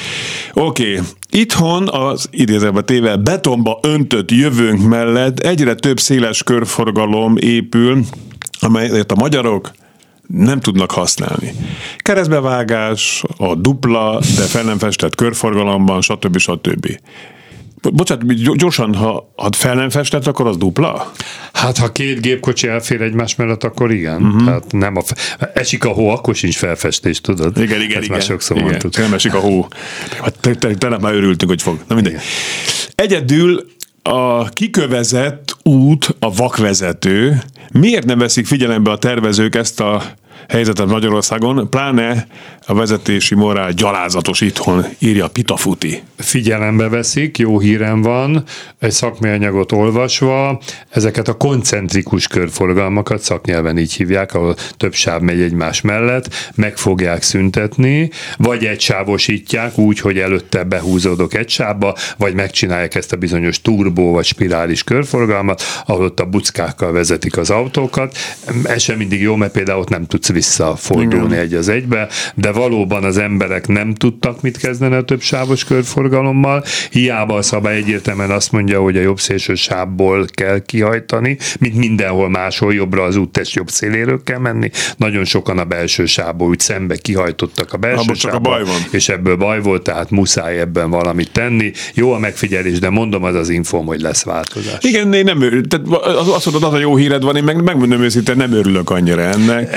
Oké, okay. Itthon az idézőjelbe téve betonba öntött jövőnk mellett egyre több széles körforgalom épül, amelyet a magyarok nem tudnak használni. Keresztbevágás, a dupla, de fel nem festett körforgalomban, stb. stb. Bocsánat, gyorsan, ha, ha fel nem festett, akkor az dupla? Hát, ha két gépkocsi elfér egymás mellett, akkor igen. Uh-huh. Tehát nem a fe... esik a hó, akkor sincs felfestés, tudod? Igen, igen, ezt igen. Már sokszor igen. mondtuk. Nem esik a hó. Te, te, te nem már örültünk, hogy fog. Na mindegy. Egyedül a kikövezett út, a vakvezető, miért nem veszik figyelembe a tervezők ezt a helyzetet Magyarországon, pláne a vezetési morál gyalázatos itthon, írja Pitafuti. Figyelembe veszik, jó hírem van, egy szakmai anyagot olvasva, ezeket a koncentrikus körforgalmakat, szaknyelven így hívják, ahol több sáv megy egymás mellett, meg fogják szüntetni, vagy egysávosítják úgy, hogy előtte behúzódok egy sávba, vagy megcsinálják ezt a bizonyos turbó vagy spirális körforgalmat, ahol ott a buckákkal vezetik az autókat. Ez sem mindig jó, mert például ott nem tudsz visszafordulni egy az egybe, de valóban az emberek nem tudtak mit kezdeni a többsávos körforgalommal, hiába a szabály egyértelműen azt mondja, hogy a jobb szélső sávból kell kihajtani, mint mindenhol máshol, jobbra az úttest jobb széléről kell menni. Nagyon sokan a belső sávból úgy szembe kihajtottak a belső sávba, és ebből baj volt, tehát muszáj ebben valamit tenni. Jó a megfigyelés, de mondom, az az infóm, hogy lesz változás. Igen, én nem örül, tehát azt mondod, az a jó híred van, én meg, megmondom őszintén, nem örülök annyira ennek,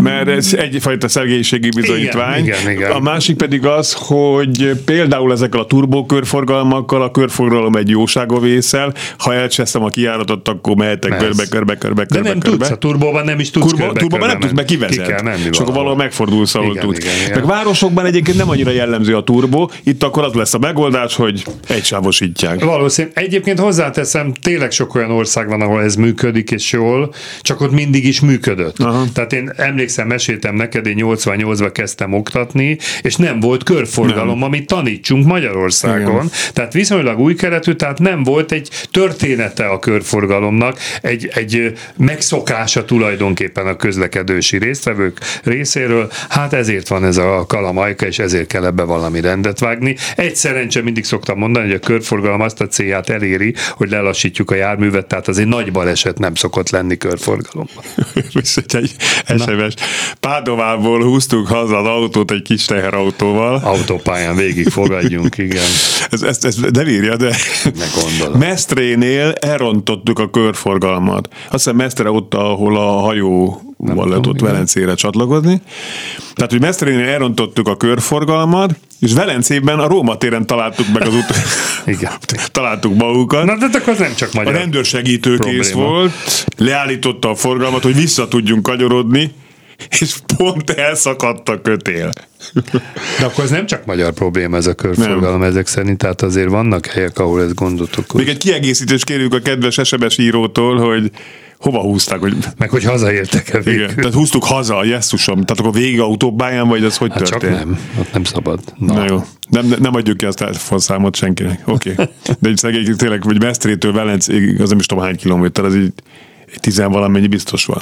mert ez egyfajta szegénységi bizonyítvány. Igen, igen, igen. A másik pedig az, hogy például ezekkel a turbókörforgalmakkal a körforgalom egy jósága vészel, ha elcseszem a kijáratot, akkor mehetek körbe, körbe, körbe, körbe, De körbe. nem tudsz, a turbóban nem is tudsz Kurba, körbe, turbóban körbe nem tudsz, mert kivezet. Ki és akkor valahol megfordulsz, ahol igen, tudsz. igen, igen. Meg városokban egyébként nem annyira jellemző a turbó, itt akkor az lesz a megoldás, hogy egysávosítják. Valószínűleg. Egyébként hozzáteszem, tényleg sok olyan ország van, ahol ez működik, és jól, csak ott mindig is működött. Aha. Tehát én emlékszem, meséltem neked, én nyolcvannyolcban kezdtem oktatni, és nem volt körforgalom, nem. amit tanítsunk Magyarországon. Igen. Tehát viszonylag új keretű, tehát nem volt egy története a körforgalomnak, egy, egy megszokása tulajdonképpen a közlekedősi résztvevők részéről. Hát ezért van ez a kalamajka, és ezért kell ebbe valami rendet vágni. Egy szerencse, mindig szoktam mondani, hogy a körforgalom azt a célját eléri, hogy lelassítjuk a járművet, tehát azért nagy baleset nem szokott lenni körforgalomban. Viszont egy es em es. Pádovából húztuk haza az autót egy kis teherautóval. Autópályán végig fogadjunk, igen. Ez, ezt, ezt nem írja, de Mesztrénél elrontottuk a körforgalmat. Azt hiszem Mesztre ott, ahol a hajóval lehet ott Velencére csatlakozni. Tehát, hogy Mesztrénél elrontottuk a körforgalmat, és Velencében a Róma téren találtuk meg az út. Igen. Találtuk magukat. Na, de akkor nem csak magyar. A rendőr segítőkész volt, leállította a forgalmat, hogy vissza tudjunk kanyarodni, és pont elszakadt a kötél. De akkor ez nem csak magyar probléma, ez a körforgalom, nem. Ezek szerint, tehát azért vannak helyek, ahol ez gondot okoz. Még egy kiegészítést kérjük a kedves es em es írótól, hogy hova húzták? Hogy... Meg hogy hazaértek-e végül. Igen, tehát húztuk haza, jesszusom. Tehát akkor végig autópályán, vagy ez hogy hát történt? Csak nem, ott nem szabad. Na, Na jó, nem, nem adjuk ki azt a telefonszámot senkinek. Oké. Okay. De egy szegény tényleg, hogy Mesztrétől Velencéig, az nem is tudom hány kilométer, az így tizenvalamennyi biztos van.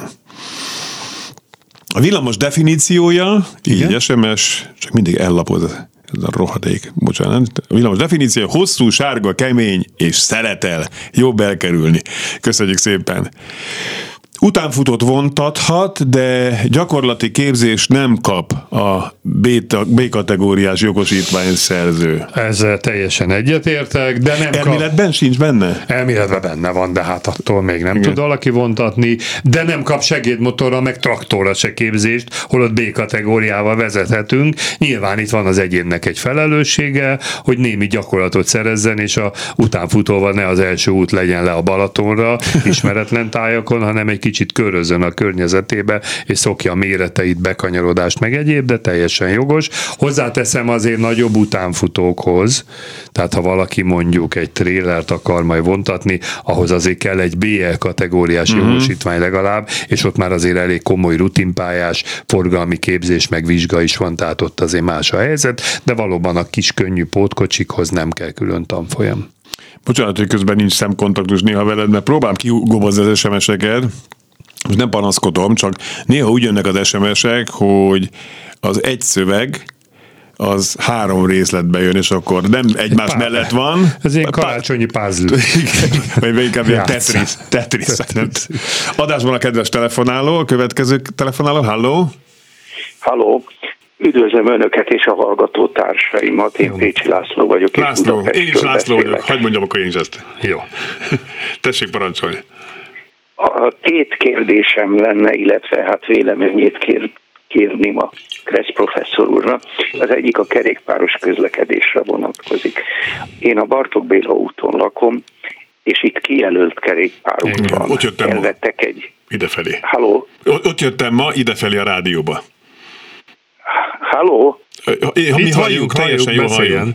A villamos definíciója, így egy es em es, csak mindig ellapoz ez a rohadék, bocsánat. A villamos definíciója hosszú, sárga, kemény és szeretel. Jobb elkerülni. Köszönjük szépen. Utánfutót vontathat, de gyakorlati képzést nem kap a B-kategóriás jogosítvány szerző. Ezzel teljesen egyetértek, de nem Elméletben kap... sincs benne? Elméletben benne van, de hát attól még nem Igen. tud valaki vontatni, de nem kap segédmotorra, meg traktorra se képzést, holott B-kategóriával vezethetünk. Nyilván itt van az egyénnek egy felelőssége, hogy némi gyakorlatot szerezzen, és a utánfutóval ne az első út legyen le a Balatonra, ismeretlen tájakon, hanem egy kicsit körözön a környezetébe, és szokja a méreteit, bekanyarodást, meg egyéb, de teljesen jogos. Hozzáteszem azért nagyobb utánfutókhoz, tehát ha valaki mondjuk egy trélert akar majd vontatni, ahhoz azért kell egy bé el kategóriás mm-hmm. jogosítvány legalább, és ott már azért elég komoly rutinpályás forgalmi képzés, meg vizsga is van, tehát ott azért más a helyzet, de valóban a kis könnyű pótkocsikhoz nem kell külön tanfolyam. Bocsánat, hogy közben nincs szemkontaktus néha veled, mert próbálom kigobozni az es em eseket, most nem panaszkodom, csak néha úgy jönnek az es em esek, hogy az egy szöveg az három részletbe jön, és akkor nem egymás Pár. mellett van. Ez ilyen karácsonyi puzzle. Vagy inkább ilyen Tetris. Tetris. Adásban a kedves telefonáló, a következő telefonáló, halló? Halló, üdvözlöm Önöket és a hallgató társaimat, én Pécsi László vagyok. László, én is László vagyok, hagyd mondjam akkor én is ezt. Jó. Tessék parancsolni. A két kérdésem lenne, illetve hát véleményét kér, kérném a Kressz professzor úrra. Az egyik a kerékpáros közlekedésre vonatkozik. Én a Bartók Béla úton lakom, és itt kijelölt kerékpárút van. Ott jöttem Elvettek ma. egy... Idefelé. Halló? Ott jöttem ma idefelé a rádióba. Halló? É, ha mi halljuk, teljesen jól halljuk.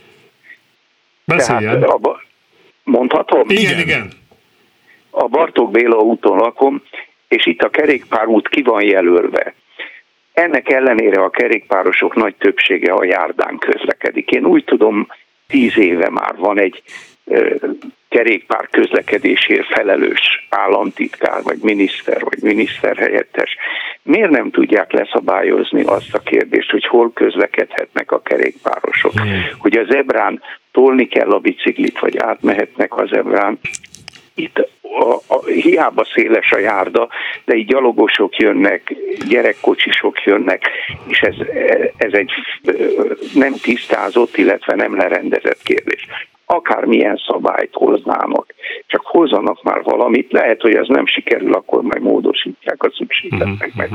Beszéljen. Tehát, a, mondhatom? Igen, igen. igen. A Bartók Béla úton lakom, és itt a kerékpárút ki van jelölve. Ennek ellenére a kerékpárosok nagy többsége a járdán közlekedik. Én úgy tudom, tíz éve már van egy ö, kerékpár közlekedésért felelős államtitkár, vagy miniszter, vagy miniszterhelyettes. Miért nem tudják leszabályozni azt a kérdést, hogy hol közlekedhetnek a kerékpárosok? Hmm. Hogy a zebrán tolni kell a biciklit, vagy átmehetnek a zebrán. Itt a, a, hiába széles a járda, de így gyalogosok jönnek, gyerekkocsisok jönnek, és ez, ez egy nem tisztázott, illetve nem lerendezett kérdés. Akármilyen szabályt hoznának, csak hogy hozzanak már valamit, lehet, hogy ez nem sikerül, akkor majd módosítják a szükségletnek meg.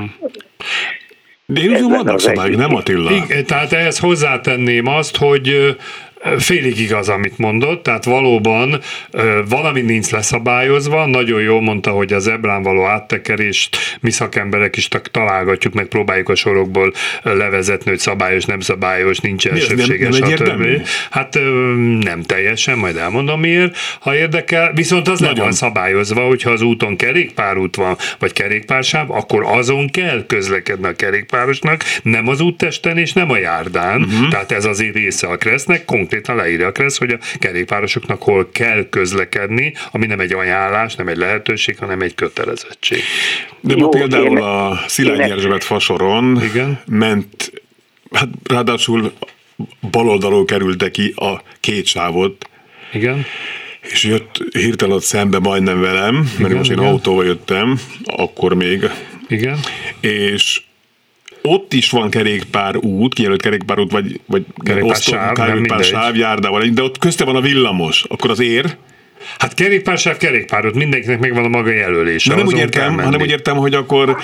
De én úgy vannak szabályok, nem Attila? Igen, tehát ehhez hozzátenném azt, hogy félig igaz, amit mondott, tehát valóban valami nincs leszabályozva, nagyon jól mondta, hogy az zebrán való áttekerést mi szakemberek is találgatjuk, meg próbáljuk a sorokból levezetni, hogy szabályos, nem szabályos, nincs elsőbséges, stb. Hát nem teljesen, majd elmondom miért, ha érdekel, viszont az nagyon le van szabályozva, hogyha az úton kerékpárút van, vagy kerékpársáv, akkor azon kell közlekedni a kerékpárosnak, nem az úttesten és nem a járdán, uh-huh. tehát ez azért része a kresznek, konkrétan leírja a KRESZ, hogy a kerékpárosoknak hol kell közlekedni, ami nem egy ajánlás, nem egy lehetőség, hanem egy kötelezettség. De ma például a Szilágyi Erzsébet fasoron igen? ment, hát ráadásul baloldalról kerülte ki a két sávot. Igen. És jött hirtelen ott szembe majdnem velem, mert igen, most én igen. autóval jöttem, akkor még. Igen. És ott is van kerékpárút, kijelölt kerékpárút, vagy, vagy kerékpársáv, kerékpársáv járdával, de ott közte van a villamos, akkor az ér? Hát kerékpársáv, kerékpárút, mindenkinek megvan a maga jelölése. De nem úgy értem, hanem úgy értem, hogy akkor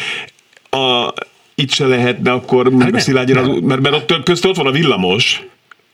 a, itt se lehetne akkor hát Szilágyira, mert, mert ott közte ott van a villamos,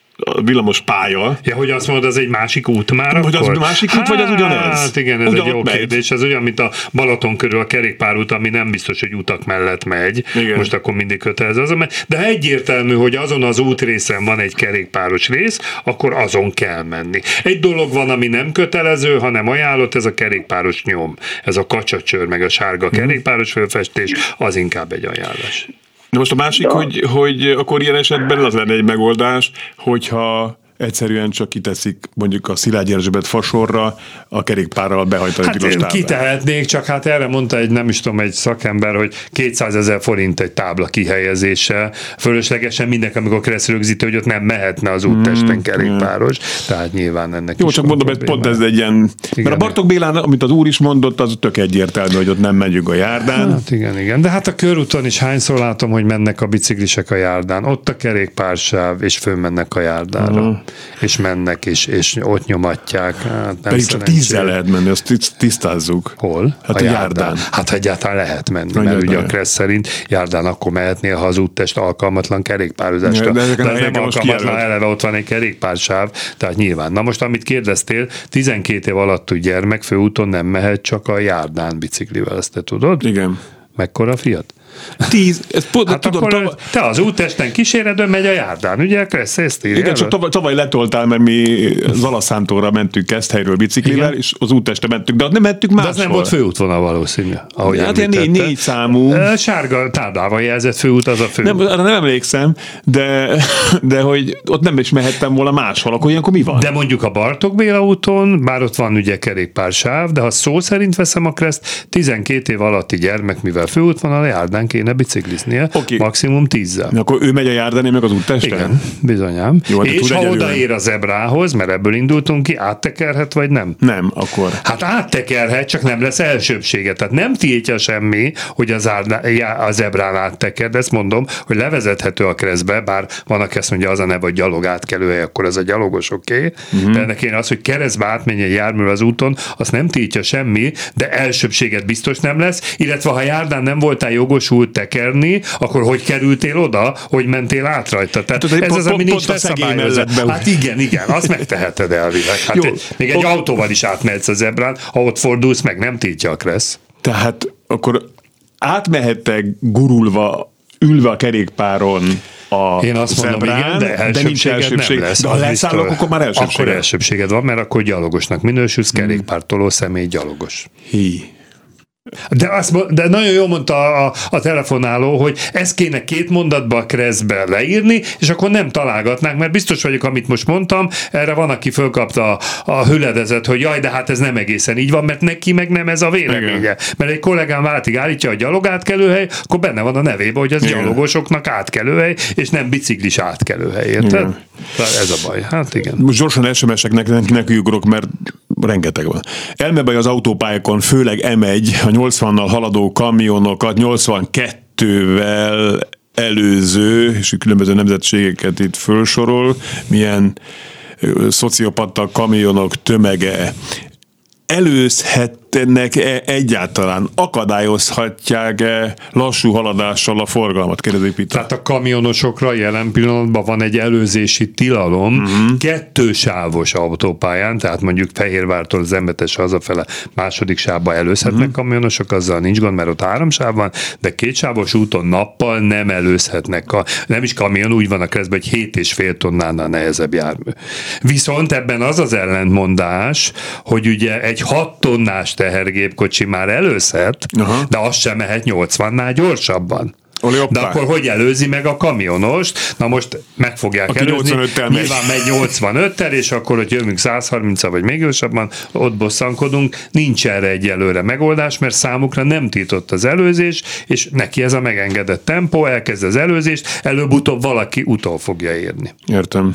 a villamos pálya. Ja, hogy azt mondod, az egy másik út már hogy akkor? az másik út, hát, vagy az ugyanez? Hát igen, ez ugyan egy jó kérdés. Ez olyan, mint a Balaton körül a kerékpárút, ami nem biztos, hogy utak mellett megy. Igen. Most akkor mindig kötelező azon. De ha egyértelmű, hogy azon az útrészen van egy kerékpáros rész, akkor azon kell menni. Egy dolog van, ami nem kötelező, hanem ajánlott, ez a kerékpáros nyom. Ez a kacsacsőr, meg a sárga kerékpáros fölfestés, az inkább egy ajánlás. De most a másik, hogy, hogy akkor ilyen esetben az lenne egy megoldás, hogyha egyszerűen csak kiteszik mondjuk a Szilágyi Erzsébet fasorra a kerékpárral behajtani hát tilos táblát. Kitehetnék, csak hát erre mondta egy, nem is tudom, egy szakember, hogy kétszázezer forint egy tábla kihelyezése. Fölöslegesen mindenki, amikor kereszt rögzítő, hogy ott nem mehetne az úttesten kerékpáros. Tehát nyilván ennek jó, is csak mondom, hogy pont ez egy ilyen... Igen, mert a Bartók Bélán, amit az úr is mondott, az tök egyértelmű, hogy ott nem megyünk a járdán. Hát igen, igen. De hát a körúton is hányszor látom, hogy mennek a biciklisek a járdán. Ott a kerékpársáv, és fölmennek a járdára. Uh-huh. És mennek, és, és ott nyomatják. Hát pedig csak tízzel lehet menni, azt tisztázzuk. Hol? Hát a, a járdán. járdán. Hát egyáltalán lehet menni, a mert járdán. Ugye a KRESZ szerint járdán akkor mehetnél, ha az úttest alkalmatlan kerékpározásra. De, de, de ez nem alkalmatlan, eleve ott van egy kerékpársáv, tehát nyilván. Na most, amit kérdeztél, tizenkét év alattú gyermek főúton nem mehet, csak a járdán biciklivel, ezt te tudod? Igen. Mekkora fiat? Tíz, ezt pont, hát tudom, akkor tav- te az úttesten kíséredön megy a járdán, ugye? Kressz, ezt írja. Igen, csak tavaly, tavaly letoltál, mert mi Zalaszántóra mentünk Keszthelyről biciklivel, igen? És az úttestre mentünk, de ott nem mentünk máshol. De az nem volt főútvonal valószínű. Ahogy hát ilyen négy, négy számú. Sárga táblával jelzett főút, az a főút. Nem, arra nem emlékszem, de, de hogy ott nem is mehettem volna máshol, akkor ilyenkor mi van? De mondjuk a Bartók Béla úton, bár ott van ugye kerékpársáv, de ha szó szerint veszem a Kreszt, tizenkét év alatti gyermek, mivel főútvonal a járdán kéne bicikliznie, okay. Maximum tízzel. Akkor ő megy a járdán, én meg az úttesten? Igen, bizonyám. Jó, és ha odaér a zebrához, mert ebből indultunk ki, áttekerhet, vagy nem? Nem, akkor. Hát áttekerhet, csak nem lesz elsőbsége. Tehát nem tiltja semmi, hogy az a zebrán átteker, de ezt mondom, hogy levezethető a Kreszbe, bár van, aki ezt mondja, az a neve, hogy gyalog átkelőhely, akkor ez a gyalogos, oké. Okay? Uh-huh. De ennek én az, hogy keresztbe átmenj egy jármű az úton, azt nem tiltja semmi, de elsőbséget biztos nem lesz, illetve ha járdán nem voltál jogosult tekerni, akkor hogy kerültél oda, hogy mentél át rajta? Tehát ez pont, az, ami pont, nincs leszabályozva. Hát igen, igen, azt megteheted elvileg. Hát jó, még egy ok. autóval is átmehetsz a zebrán, ha ott fordulsz meg, nem tiltja a Kressz. Tehát akkor átmehettek gurulva, ülve a kerékpáron a Én azt mondom, zebrán, igen, de elsőbséged nem lesz. De ha leszállok, akkor már elsőbséged. Akkor elsőbséged van, mert akkor gyalogosnak minősülsz, kerékpártoló személy gyalogos. Hi. De, azt, de nagyon jól mondta a, a telefonáló, hogy ezt kéne két mondatba a Kreszbe leírni, és akkor nem találgatnánk, mert biztos vagyok, amit most mondtam, erre van, aki fölkapta a, a hüledezet, hogy jaj, de hát ez nem egészen így van, mert neki meg nem ez a véleménye. Igen. Mert egy kollégám váltig állítja a gyalogátkelőhely, akkor benne van a nevében, hogy az igen. gyalogosoknak átkelőhely, és nem biciklis átkelőhely, érted? Ez a baj, hát igen. Most gyorsan es em es-eknek neki ugrok, mert rengeteg van. Elmebaj az autópályákon, főleg em egy, a nyolcvannal haladó kamionokat nyolcvankettővel előző, és különböző nemzetségeket itt fölsorol, milyen szociopata kamionok tömege előzhetnek-e egyáltalán, akadályozhatják-e lassú haladással a forgalmat, kérdezi Pita. Tehát a kamionosokra jelen pillanatban van egy előzési tilalom, uh-huh. kettősávos autópályán, tehát mondjuk Fehérvártól az Embetes hazafele második sávba előzhetnek uh-huh. kamionosok, azzal nincs gond, mert ott három sáv van, de kétsávos úton nappal nem előzhetnek, nem is kamion, úgy van a keresztben, hogy hét és fél tonnánál nehezebb jármű. Viszont ebben az az ellentmondás, hogy ugye egy hat tonnás tehergépkocsi már előzhet, uh-huh. de az sem mehet nyolcvannál gyorsabban. De akkor hogy előzi meg a kamionost? Na most meg fogják aki előzni. Nyilván megy nyolcvanöttel, és akkor, hogy jövünk száz harminccal, vagy még gyorsabban, ott bosszankodunk. Nincs erre egyelőre megoldás, mert számukra nem tiltott az előzés, és neki ez a megengedett tempó, elkezd az előzést, előbb-utóbb valaki utol fogja érni. Értem.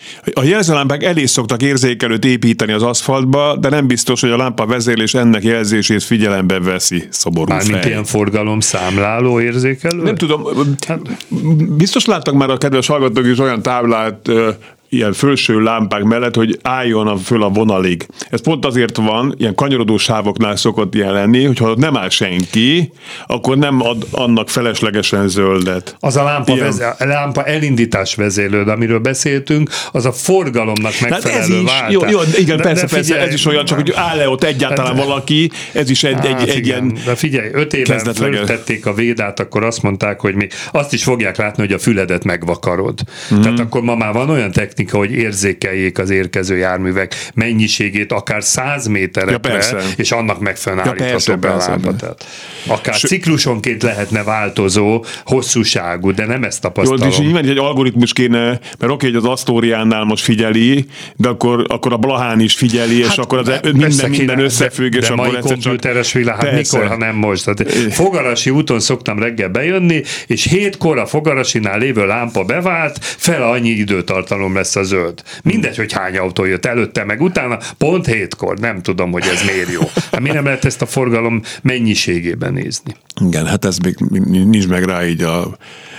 A jelzőlámpák elé szoktak érzékelőt építeni az aszfaltba, de nem biztos, hogy a lámpa vezérlés ennek jelzését figyelembe veszi, szoború fej. Mármint ilyen forgalom számláló érzékelő? Nem tudom, hát, biztos láttak már a kedves hallgatók is olyan táblát, ilyen felső lámpák mellett, hogy álljon a, föl a vonalig. Ez pont azért van, ilyen kanyarodó sávoknál szokott ilyen lenni, hogyha nem áll senki, akkor nem ad annak feleslegesen zöldet. Az a lámpa, veze, a lámpa elindítás vezérlőd, amiről beszéltünk, az a forgalomnak megfelelő váltás. Jó, jó, igen, de, persze, de figyelj, persze, ez is olyan, csak hogy áll-e ott egyáltalán hát, valaki, ez is egy, hát, egy, egy ilyen de figyelj, öt éven föltették a védát, akkor azt mondták, hogy még azt is fogják látni, hogy a füledet megvakarod. Mm. Tehát akkor ma már van olyan technika, hogy érzékeljék az érkező járművek mennyiségét akár száz méterekre, ja, és annak megfelelően ja, állítható be a lámpát. Akár S- ciklusonként lehetne változó, hosszúságú, de nem ezt tapasztalom. Jó, és nyilván egy algoritmus kéne, mert oké, hogy az Asztóriánál most figyeli, de akkor, akkor a Blahán is figyeli, hát, és akkor az e- minden, minden összefügg, és de akkor mai komputeres világ, hát mikor, ha nem most. Tehát Fogarasi úton szoktam reggel bejönni, és hétkor a Fogarasinál lévő lámpa bevált, fele annyi időtartalom lesz a zöld. Mindegy, hogy hány autó jött előtte, meg utána, pont hétkor. Nem tudom, hogy ez miért jó. Hát mi nem lehet ezt a forgalom mennyiségében nézni? Igen, hát ez még nincs meg rá így a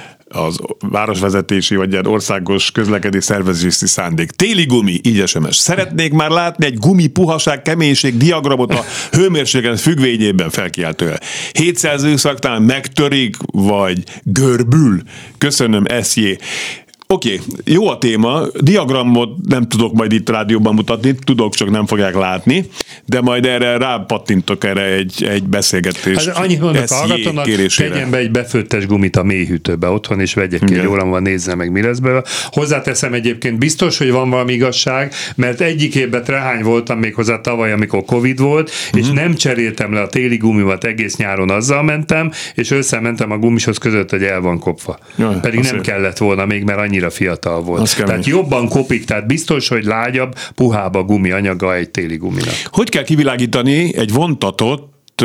az városvezetési vagy országos közlekedés szervezési szándék. Téli gumi, így es em es. Szeretnék már látni egy gumi puhaság, keménység diagramot a hőmérséklet függvényében, felkiáltójel. hétszáz őszaktán megtörik, vagy görbül? Köszönöm, es jé. Oké, okay, jó a téma, diagramot nem tudok majd itt rádióban mutatni, tudok, csak nem fogják látni, de majd erre rápattintok erre egy, egy beszélgetést. Hát annyit mondok a hallgatónak, tegyen be egy befőttes gumit a mélyhűtőbe otthon, és vegyek ki egy óramban, nézze meg, mi lesz belőle. Hozzáteszem egyébként, biztos, hogy van valami igazság, mert egyik évben trehány voltam még hozzá tavaly, amikor Covid volt, és mm-hmm. nem cseréltem le a téli gumimat, egész nyáron azzal mentem, és ősszel mentem a gumishoz között, hogy el van kopva. Jaj, pedig nem kellett volna még, mert annyi fiatal volt. Tehát jobban kopik, tehát biztos, hogy lágyabb, puhább a gumi anyaga egy téli guminak. Hogy kell kivilágítani egy vontatott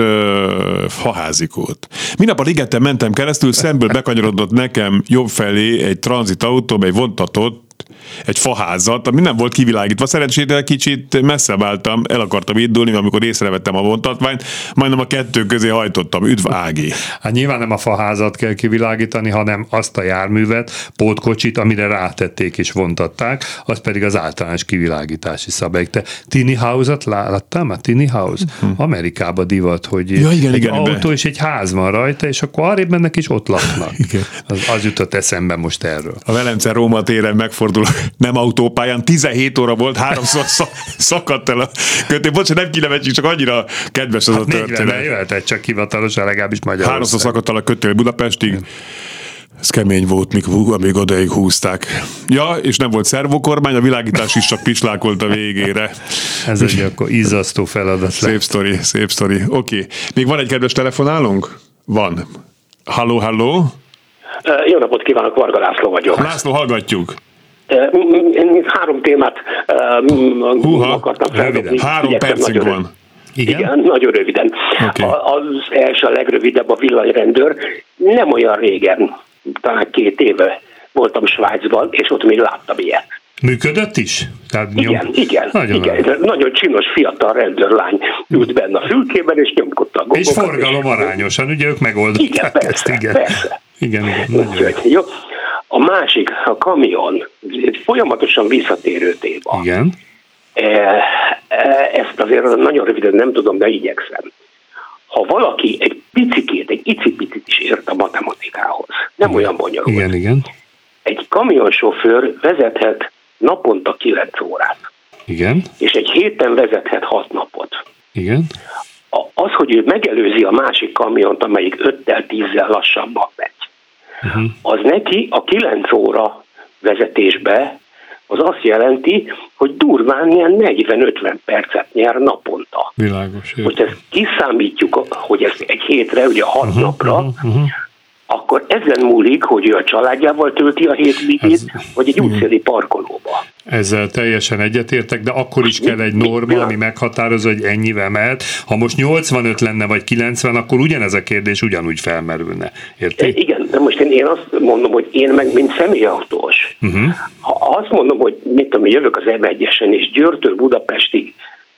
faházikót? Minap a ligeten mentem keresztül, szemből bekanyarodott nekem jobb felé egy tranzitautó, egy vontatott egy faházat, ami nem volt kivilágítva. Szerencsére kicsit messzebb álltam, el akartam indulni, amikor észrevettem a vontatványt, majdnem a kettő közé hajtottam. Üdv Ági! Hát nyilván nem a faházat kell kivilágítani, hanem azt a járművet, pótkocsit, amire rátették és vontatták, az pedig az általános kivilágítási szabály. Te Tiny House-ot láttál? A Tiny House? Uh-huh. Amerikába divat, hogy ja, igen, egy igen, autó be. És egy ház van rajta, és akkor arrébb mennek és ott laknak. Az, az jutott eszembe most erről. A Velence-Róma téren megfordul, nem autópályán, tizenhét óra volt, háromszor szakadt el a kötél. Bocsánat, nem kinevetjük, csak annyira kedves az hát a történet. negyvenben jöhetett csak hivatalosan, legalábbis Magyarország. Háromszor szakadt el a kötél Budapestig. Igen. Ez kemény volt, míg, amíg odaig húzták. Ja, és nem volt szervokormány, a világítás is csak pislákolt a végére. Ez egy akkor izzasztó feladat. Szép sztori, szép sztori. Oké. Okay. Még van egy kedves telefonálunk? Van. Halló, halló? Jó napot kívánok, Varga László vagyok. László, hallgatjuk. Én három témát Húha, akartam feldobni. Három percünk van. Igen? Igen, nagyon röviden. Okay. Az első, a legrövidebb a villanyrendőr. Nem olyan régen, talán két éve voltam Svájcban, és ott még láttam ilyet. Működött is? Tehát igen, nyom... igen, nagyon, igen. Nagyon csinos fiatal rendőrlány ült benne a fülkében, és nyomkodta a gombokat. És forgalom arányosan, ugye ők megoldották igen, persze, ezt. Igen, persze. Igen, igen. Nagyon jó. A másik, a kamion, folyamatosan visszatérő téma. Igen. Ezt azért nagyon röviden nem tudom, de igyekszem. Ha valaki egy picikét, egy icipicit is ért a matematikához, nem igen. olyan bonyolult. Igen, igen. Egy kamionsofőr vezethet naponta kilenc órát. Igen. És egy héten vezethet hat napot. Igen. Az, hogy ő megelőzi a másik kamiont, amelyik öttel, tízzel lassabban megy, uh-huh. az neki a kilenc óra vezetésbe az azt jelenti, hogy durván ilyen negyven-ötven percet nyer naponta. Világos. Hogy ezt kiszámítjuk, hogy ez egy hétre, ugye hat uh-huh, napra, uh-huh, uh-huh. akkor ezen múlik, hogy ő a családjával tölti a hétvégét, vagy egy útszéli parkolóba. Ezzel teljesen egyetértek, de akkor is kell egy norma, ami meghatározza, hogy ennyivel mehet. Ha most nyolcvanöt lenne, vagy kilencven, akkor ugyanez a kérdés ugyanúgy felmerülne. Érti? Igen, de most én, én azt mondom, hogy én meg, mint személyautós, uh-huh. ha azt mondom, hogy mit tudom, jövök az em egyesen, és Győrtől Budapestig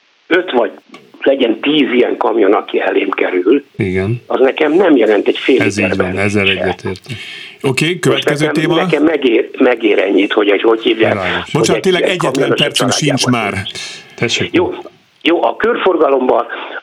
öt vagy legyen tíz ilyen kamion, aki elém kerül, igen. az nekem nem jelent egy fél ez így van, ezzel egyetértek. Oké, okay, következő nekem, téma. Nekem megér, megér ennyit, hogy egy hogy hívják. Bocsánat, tényleg egyetlen percünk sincs már. Tessék. Jó, jó, a körforgalomban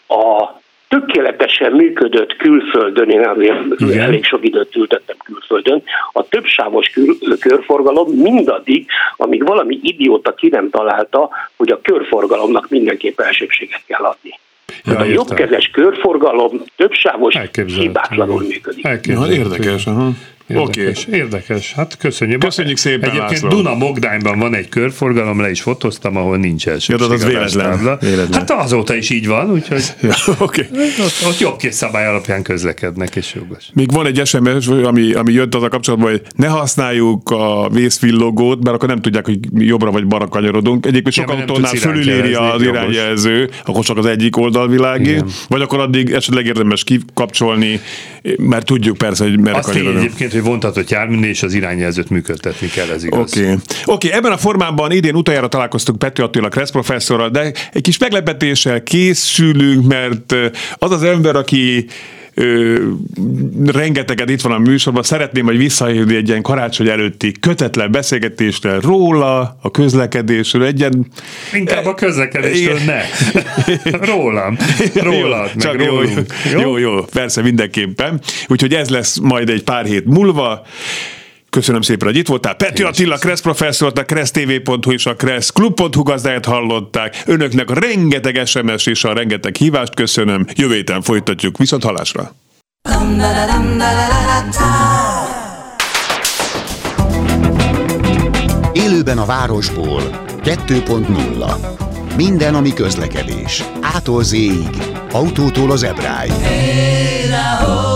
a tökéletesen működött külföldön, én azért igen. elég sok időt töltöttem külföldön, a többsávos kül- körforgalom mindaddig, amíg valami idióta ki nem találta, hogy a körforgalomnak mindenképp elsőbséget kell adni. Ja, a jobbkezes körforgalom többsávos hibátlanul működik. Ja, érdekes, aha. Érdekes, okay. érdekes. Hát köszönjük. Köszönjük szépen, egyébként László. Duna Mogdányban van egy körforgalom, le is fotóztam, ahol nincs elsőség. Ja, az véletlen, véletlen. Hát azóta is így van, úgyhogy ja, okay. ott, ott jobb szabály alapján közlekednek, és jogos. Még van egy es em es, ami, ami jött az a kapcsolatban, hogy ne használjuk a vészvillogót, mert akkor nem tudják, hogy jobbra vagy balra kanyarodunk. Egyébként sok ja, autónál fölüléri az irányjelző, akkor csak az egyik oldal világít, vagy akkor addig esetleg érdemes kikapcsolni, mert tudjuk persze, hogy merre kanyarodunk. Hogy vontatott járműnél és az irányjelzőt működtetni kell, ez igaz. Oké, okay. okay, ebben a formában idén utoljára találkoztunk Pető Attila Kressz professzorral, de egy kis meglepetéssel készülünk, mert az az ember, aki Ö, rengeteget itt van a műsorban, szeretném, hogy visszahívni egy ilyen karácsony előtti kötetlen beszélgetésre róla, a közlekedésről, egy ilyen... Inkább a közlekedésről ne. Rólam. Rólad, jó, meg jó, rólunk. Jó? jó, jó, persze mindenképpen. Úgyhogy ez lesz majd egy pár hét múlva. Köszönöm szépen, hogy itt voltál. Pető Attila Kressz professzort, a kressz té vé pont hu és a kressz klub pont hu gazdáját hallották. Önöknek rengeteg es em es és a rengeteg hívást köszönöm. Jövő héten folytatjuk. Viszont hallásra. Élőben a városból kettő pont nulla. Minden, ami közlekedés. Ától zéig. Autótól az Ebráig. Hey,